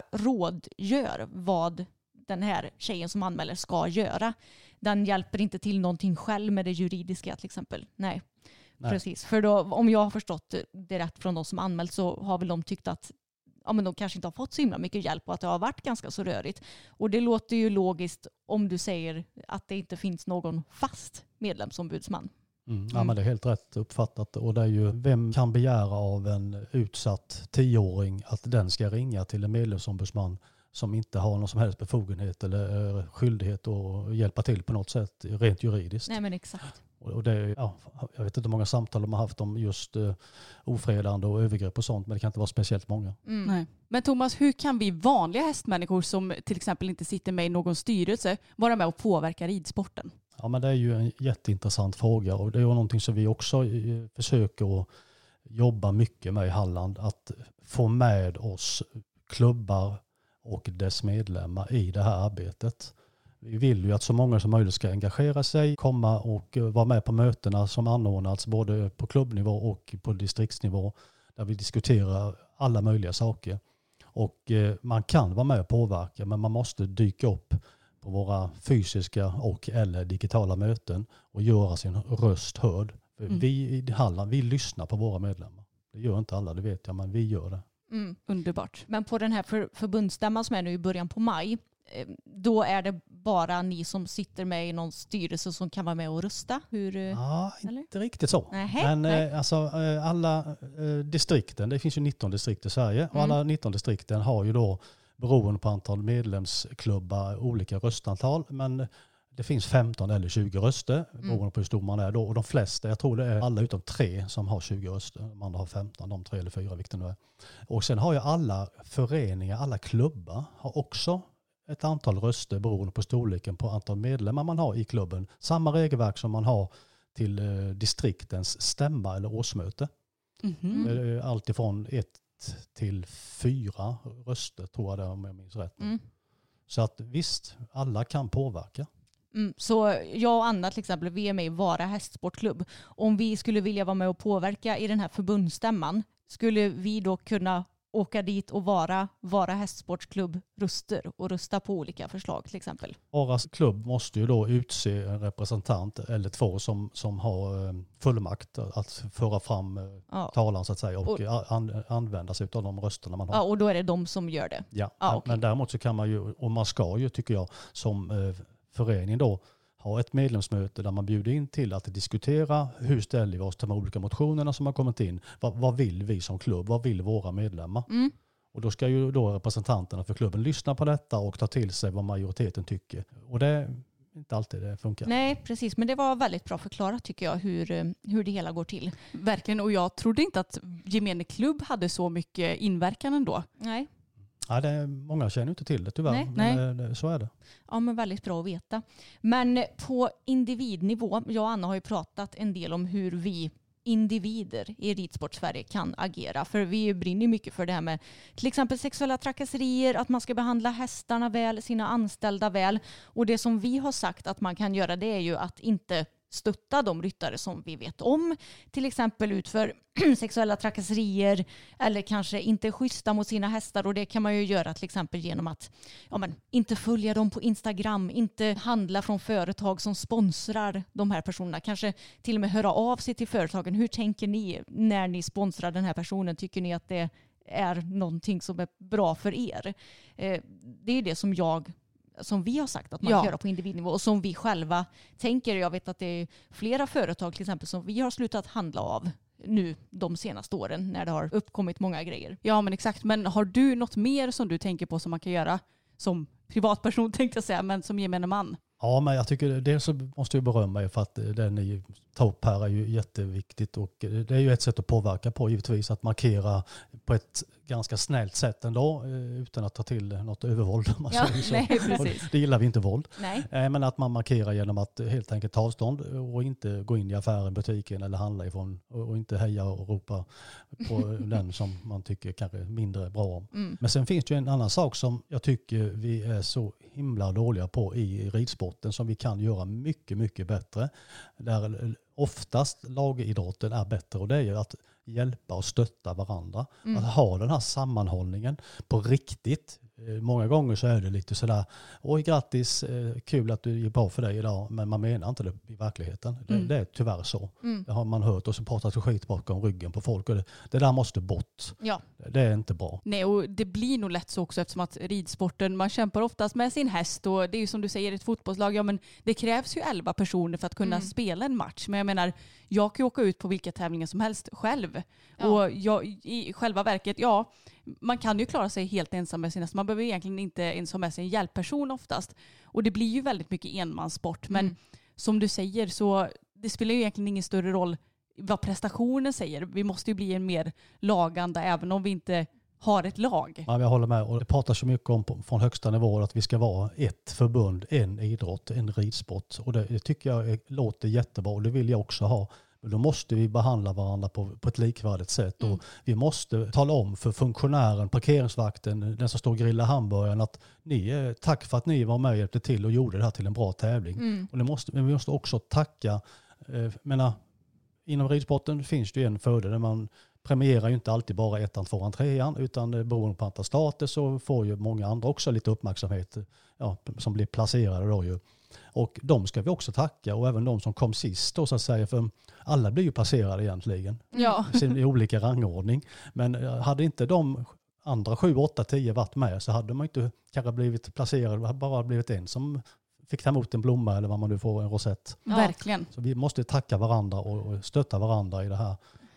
rådgör vad den här tjejen som anmäler ska göra. Den hjälper inte till någonting själv med det juridiska till exempel. Nej. Nej. Precis, för då, om jag har förstått det rätt från de som anmält så har väl de tyckt att ja, men de kanske inte har fått så himla mycket hjälp och att det har varit ganska så rörigt. Och det låter ju logiskt om du säger att det inte finns någon fast medlemsombudsman. Mm. Ja, men det är helt rätt uppfattat. Och det är ju, vem kan begära av en utsatt tioåring att den ska ringa till en medlemsombudsman som inte har någon som helst befogenhet eller skyldighet att hjälpa till på något sätt rent juridiskt. Nej, men exakt. Och det, ja, jag vet inte hur många samtal de har haft om just uh, ofredande och övergrepp och sånt, men det kan inte vara speciellt många. Mm. Nej. Men Thomas, hur kan vi vanliga hästmänniskor som till exempel inte sitter med i någon styrelse vara med och påverka ridsporten? Ja, men det är ju en jätteintressant fråga och det är ju någonting som vi också uh, försöker att jobba mycket med i Halland, att få med oss klubbar och dess medlemmar i det här arbetet. Vi vill ju att så många som möjligt ska engagera sig, komma och vara med på mötena som anordnats både på klubbnivå och på distriktsnivå där vi diskuterar alla möjliga saker. Och man kan vara med och påverka, men man måste dyka upp på våra fysiska och eller digitala möten och göra sin röst hörd. För mm. vi i Halland, vi lyssnar på våra medlemmar. Det gör inte alla, det vet jag, men vi gör det. Mm. Underbart. Men på den här för, förbundsstämman som är nu i början på maj, då är det bara ni som sitter med i någon styrelse som kan vara med och rösta? Hur, ja, eller? Inte riktigt så. Nähe, Men nej. eh, alltså, eh, alla eh, distrikten, det finns ju nitton distrikt i Sverige, mm. och alla nitton distrikten har ju då beroende på antal medlemsklubbar olika röstantal, men det finns femton eller tjugo röster beroende på hur stor man är då. Och de flesta, jag tror det är alla utom tre som har tjugo röster. De andra har femton, de tre eller fyra, vilket nu är. Och sen har ju alla föreningar, alla klubbar har också ett antal röster beroende på storleken på antal medlemmar man har i klubben. Samma regelverk som man har till eh, distriktens stämma eller årsmöte. Mm-hmm. Allt ifrån ett till fyra röster tror jag det är, om jag minns rätt. Mm. Så att visst, alla kan påverka. Mm, så jag och Anna till exempel, vi är med i Vara hästsportklubb. Om vi skulle vilja vara med och påverka i den här förbundsstämman, skulle vi då kunna åka dit och vara Vara hästsportklubb röster och rösta på olika förslag till exempel? Vara klubb måste ju då utse en representant eller två som, som har fullmakt att föra fram ja. talan så att säga och, och an, använda sig av de rösterna man har. Ja, och då är det de som gör det? Ja, ja men, okay. men däremot så kan man ju, och man ska ju tycker jag som eh, förening då ha ett medlemsmöte där man bjuder in till att diskutera hur ställer vi oss till de olika motionerna som har kommit in. Vad, vad vill vi som klubb? Vad vill våra medlemmar? Mm. Och då ska ju då representanterna för klubben lyssna på detta och ta till sig vad majoriteten tycker. Och det är inte alltid det funkar. Nej, precis. Men det var väldigt bra förklarat tycker jag hur, hur det hela går till. Verkligen. Och jag trodde inte att gemene klubb hade så mycket inverkan ändå. Nej. Ja, det är, många känner inte till det tyvärr, nej, men nej. Det, så är det. Ja, men väldigt bra att veta. Men på individnivå, jag och Anna har ju pratat en del om hur vi individer i Ridsport-Sverige kan agera. För vi brinner mycket för det här med till exempel sexuella trakasserier, att man ska behandla hästarna väl, sina anställda väl. Och det som vi har sagt att man kan göra, det är ju att inte stötta de ryttare som vi vet om, till exempel utför sexuella trakasserier eller kanske inte schyssta mot sina hästar, och det kan man ju göra till exempel genom att ja, men, inte följa dem på Instagram, inte handla från företag som sponsrar de här personerna, kanske till och med höra av sig till företagen. Hur tänker ni när ni sponsrar den här personen? Tycker ni att det är någonting som är bra för er? Eh, det är det som jag som vi har sagt att man ja. kan göra på individnivå och som vi själva tänker. Jag vet att det är flera företag till exempel som vi har slutat handla av nu de senaste åren när det har uppkommit många grejer. Ja, men exakt. Men har du något mer som du tänker på som man kan göra som privatperson tänkte jag säga, men som gemene man? Ja, men jag tycker det så måste jag berömma er för att det ni tar upp här är ju jätteviktigt, och det är ju ett sätt att påverka på givetvis, att markera på ett ganska snällt sätt ändå utan att ta till något övervåld. Man ja, så. Nej, precis. Det gillar vi inte, våld. Nej. Men att man markerar genom att helt enkelt ta avstånd och inte gå in i affären, butiken eller handla ifrån och inte heja och ropa på den som man tycker kanske mindre bra om. Mm. Men sen finns det ju en annan sak som jag tycker vi är så himla dåliga på i ridsporten som vi kan göra mycket, mycket bättre. Där oftast lagidrotten är bättre, och det är ju att hjälpa och stötta varandra. Mm. Att ha den här sammanhållningen på riktigt. Många gånger så är det lite sådär, oj grattis, kul att du gick bra för dig idag, men man menar inte det i verkligheten. Det, mm. det är tyvärr så. Mm. Det har man hört och så pratat skit bakom ryggen på folk, och det, det där måste bort. Ja. Det är inte bra. Nej, och det blir nog lätt så också eftersom att ridsporten, man kämpar oftast med sin häst, och det är ju som du säger ett fotbollslag, ja men det krävs ju elva personer för att kunna mm. spela en match. Men jag menar, jag kan åka ut på vilka tävlingar som helst själv. Ja. Och jag, i själva verket, ja, man kan ju klara sig helt ensam med sin häst. Man behöver egentligen inte ens ha med sig en hjälpperson oftast. Och det blir ju väldigt mycket enmanssport. Men mm. som du säger så det spelar ju egentligen ingen större roll vad prestationen säger. Vi måste ju bli en mer laganda även om vi inte har ett lag. Ja, jag håller med. Och det pratar så mycket om från högsta nivå att vi ska vara ett förbund, en idrott, en ridsport. Och det, det tycker jag är, låter jättebra, och det vill jag också ha. Men då måste vi behandla varandra på, på ett likvärdigt sätt. Mm. Och vi måste tala om för funktionären, parkeringsvakten, den som står och grillar hamburgaren, att ni, tack för att ni var med och hjälpte till och gjorde det här till en bra tävling. Mm. Och det måste, men vi måste också tacka, eh, menar, inom ridsporten finns det ju en fördel där man premierar ju inte alltid bara ettan, tvåan, trean, utan beroende på antal starter så får ju många andra också lite uppmärksamhet, ja, som blir placerade då ju. Och de ska vi också tacka, och även de som kom sist då så att säga, för alla blir ju placerade egentligen. Ja. I olika rangordning. Men hade inte de andra sju, åtta, tio varit med så hade man inte kanske blivit placerad, det hade bara blivit en som fick ta emot en blomma eller vad man nu får, en rosett. Ja. Verkligen. Så vi måste tacka varandra och stötta varandra i det här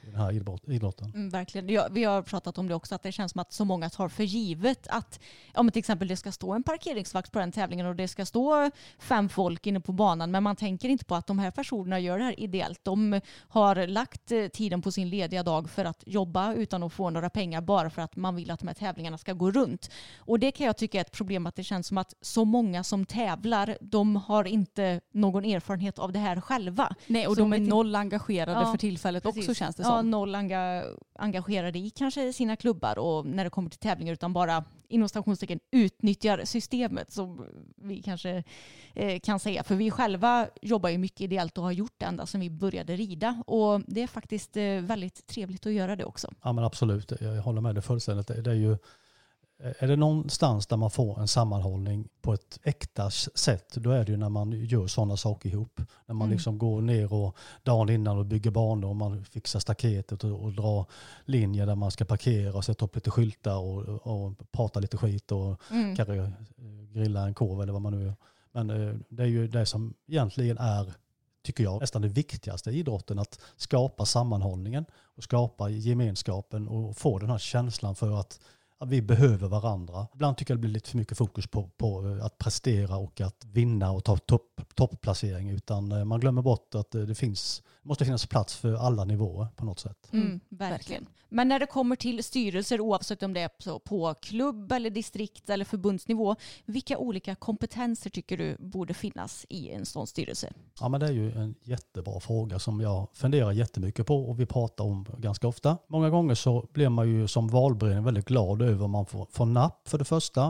i den här idrotten. Mm, verkligen. Ja, vi har pratat om det också, att det känns som att så många tar för givet att ja, men till exempel det ska stå en parkeringsvakt på den tävlingen och det ska stå fem folk inne på banan, men man tänker inte på att de här personerna gör det här ideellt. De har lagt tiden på sin lediga dag för att jobba utan att få några pengar bara för att man vill att de här tävlingarna ska gå runt. Och det kan jag tycka är ett problem, att det känns som att så många som tävlar, de har inte någon erfarenhet av det här själva. Nej, och så de är noll engagerade ja, för tillfället precis. också, känns det som. Ja, noll enga- engagerade i kanske sina klubbar och när det kommer till tävlingar, utan bara inom stationstecken utnyttjar systemet, som vi kanske eh, kan säga. För vi själva jobbar ju mycket ideellt och har gjort det ända sedan vi började rida. Och det är faktiskt eh, väldigt trevligt att göra det också. Ja, men absolut, jag håller med dig fullständigt. Det är ju, är det någonstans där man får en sammanhållning på ett äkta sätt, då är det ju när man gör sådana saker ihop. När man mm. liksom går ner och dagen innan och bygger banor och man fixar staketet och, och drar linjer där man ska parkera och sätta upp lite skyltar och, och prata lite skit och mm. kanske grilla en korv eller vad man nu gör. Men det är ju det som egentligen är, tycker jag, nästan det viktigaste i idrotten, att skapa sammanhållningen och skapa gemenskapen och få den här känslan för att att vi behöver varandra. Ibland tycker jag det blir lite för mycket fokus på, på att prestera och att vinna och ta topp, toppplacering, utan man glömmer bort att det finns, måste finnas plats för alla nivåer på något sätt. Mm, mm, verkligen. Men när det kommer till styrelser, oavsett om det är på, på klubb eller distrikt eller förbundsnivå, vilka olika kompetenser tycker du borde finnas i en sån styrelse? Ja, men det är ju en jättebra fråga som jag funderar jättemycket på och vi pratar om ganska ofta. Många gånger så blir man ju som valberedning väldigt glad över om man får, får napp för det första.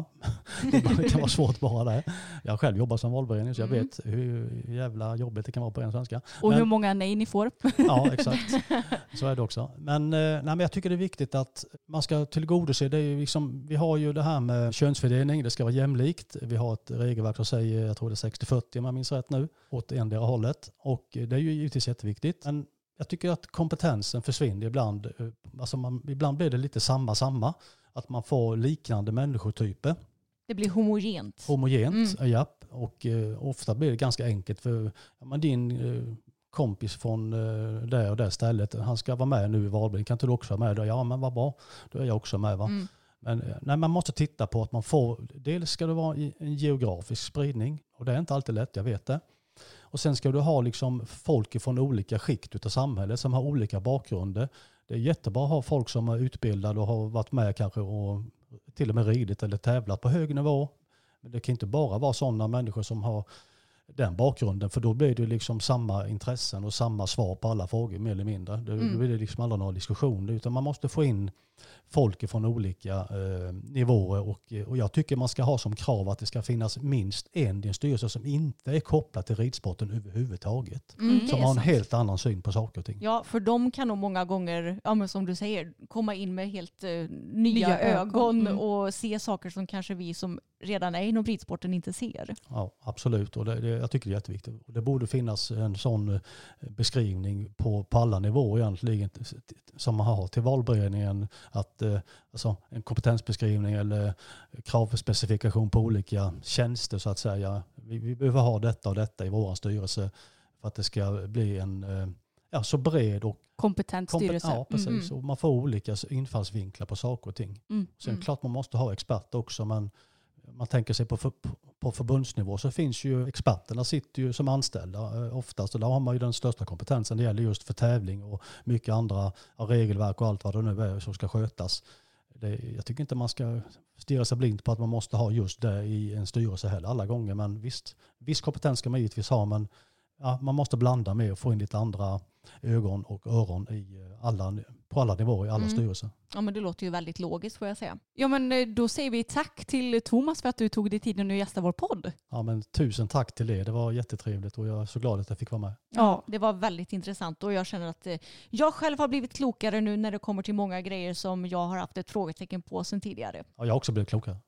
Det kan vara svårt bara det. Jag har själv jobbat som valberedning så jag mm. vet hur jävla jobbigt det kan vara på en svenska. Och men, hur många nej ni får. Ja, exakt. Så är det också. Men, nej, men jag tycker det är viktigt att man ska tillgodose. Det är ju liksom, vi har ju det här med könsfördelning. Det ska vara jämlikt. Vi har ett regelverk som säger, jag tror det är sextio fyrtio om jag minns rätt nu, åt endera hållet. Och det är ju givetvis jätteviktigt. Men jag tycker att kompetensen försvinner ibland. Alltså man, ibland blir det lite samma samma. Att man får liknande människotyper. Det blir homogent. Homogent, mm. ja. Och eh, ofta blir det ganska enkelt för ja, men din eh, kompis från eh, det och det stället, han ska vara med nu i valberedningen. Kan inte du också vara med? Då? Ja, men vad bra. Då är jag också med, va? Mm. Men nej, man måste titta på att man får, dels ska det vara en geografisk spridning och det är inte alltid lätt, jag vet det. Och sen ska du ha liksom folk från olika skikt av samhället som har olika bakgrunder. Det är jättebra att ha folk som är utbildade och har varit med kanske och till och med ridit eller tävlat på hög nivå. Men det kan inte bara vara sådana människor som har den bakgrunden, för då blir det liksom samma intressen och samma svar på alla frågor mer eller mindre. Då mm. blir det liksom aldrig några diskussioner, utan man måste få in folk från olika eh, nivåer och, och jag tycker man ska ha som krav att det ska finnas minst en i en styrelse som inte är kopplad till ridsporten överhuvudtaget. Mm, som har en sant. helt annan syn på saker och ting. Ja, för de kan nog många gånger, ja, men som du säger, komma in med helt uh, nya, nya ögon mm. och se saker som kanske vi som redan är inom ridsporten inte ser. Ja, absolut. Och det, det, jag tycker det är jätteviktigt. Och det borde finnas en sån beskrivning på, på alla nivåer egentligen som man har till valberedningen. Att, eh, alltså, en kompetensbeskrivning eller kravspecifikation på olika tjänster så att säga. Vi, vi behöver ha detta och detta i vår styrelse för att det ska bli en eh, ja, så bred och kompetent styrelse. Ja, precis. Mm. Och man får olika infallsvinklar på saker och ting. Mm. Sen mm. klart man måste ha experter också, men man tänker sig på, för, på förbundsnivå så finns ju experterna sitter ju som anställda oftast och där har man ju den största kompetensen. Det gäller just för tävling och mycket andra regelverk och allt vad det nu är som ska skötas. Det, jag tycker inte man ska stirra sig blind på att man måste ha just det i en styrelse heller alla gånger, men visst, viss kompetens ska man givetvis ha, men ja, man måste blanda med och få in lite andra ögon och öron i alla, på alla nivåer i alla mm. styrelser. Ja, men det låter ju väldigt logiskt, får jag säga. Ja, men då säger vi tack till Thomas för att du tog dig tiden att gästa vår podd. Ja, men tusen tack till det. Det var jättetrevligt och jag är så glad att jag fick vara med. Ja, det var väldigt intressant och jag känner att eh, jag själv har blivit klokare nu när det kommer till många grejer som jag har haft ett frågetecken på sedan tidigare. Ja, jag har också blivit klokare.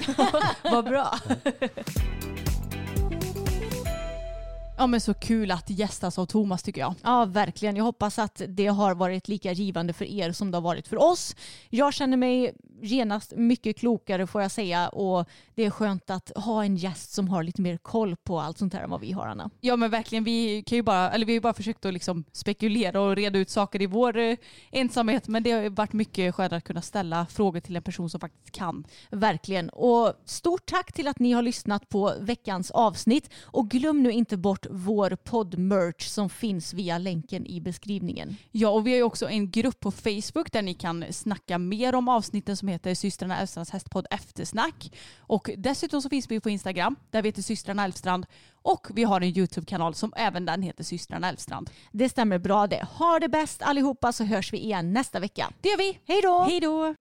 Vad bra. Ja, men så kul att gästas av Thomas tycker jag. Ja, verkligen. Jag hoppas att det har varit lika givande för er som det har varit för oss. Jag känner mig genast mycket klokare får jag säga, och det är skönt att ha en gäst som har lite mer koll på allt sånt här än vad vi har, Anna. Ja men verkligen, vi kan ju bara, eller vi har ju bara försökt att liksom spekulera och reda ut saker i vår eh, ensamhet, men det har varit mycket skönt att kunna ställa frågor till en person som faktiskt kan. Verkligen, och stort tack till att ni har lyssnat på veckans avsnitt, och glöm nu inte bort vår podd-merch som finns via länken i beskrivningen. Ja, och vi har ju också en grupp på Facebook där ni kan snacka mer om avsnitten som heter Systrarna Elfstrands hästpodd Eftersnack. Och dessutom så finns vi på Instagram, där vi heter Systrarna Elfstrand. Och vi har en YouTube-kanal som även den heter Systrarna Elfstrand. Det stämmer bra det. Ha det bäst allihopa, så hörs vi igen nästa vecka. Det gör vi. Hej då! Hej då!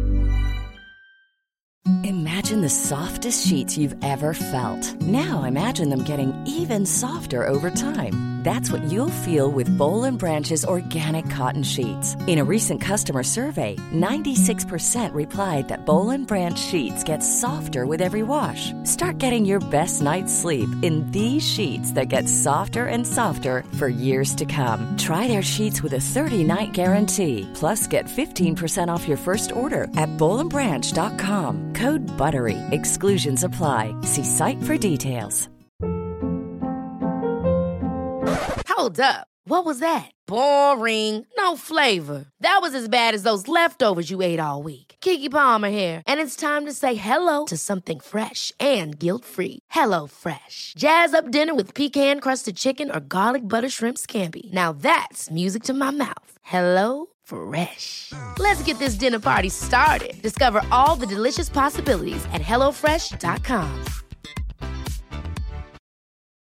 Imagine the softest sheets you've ever felt. Now imagine them getting even softer over time. That's what you'll feel with Boll and Branch's organic cotton sheets. In a recent customer survey, ninety-six percent replied that Boll and Branch sheets get softer with every wash. Start getting your best night's sleep in these sheets that get softer and softer for years to come. Try their sheets with a thirty-night guarantee. Plus, get fifteen percent off your first order at boll and branch dot com. Code BUTTERY. Exclusions apply. See site for details. Hold up. What was that? Boring. No flavor. That was as bad as those leftovers you ate all week. Keke Palmer here, and it's time to say hello to something fresh and guilt-free. Hello Fresh. Jazz up dinner with pecan-crusted chicken or garlic butter shrimp scampi. Now that's music to my mouth. Hello Fresh. Let's get this dinner party started. Discover all the delicious possibilities at hello fresh dot com.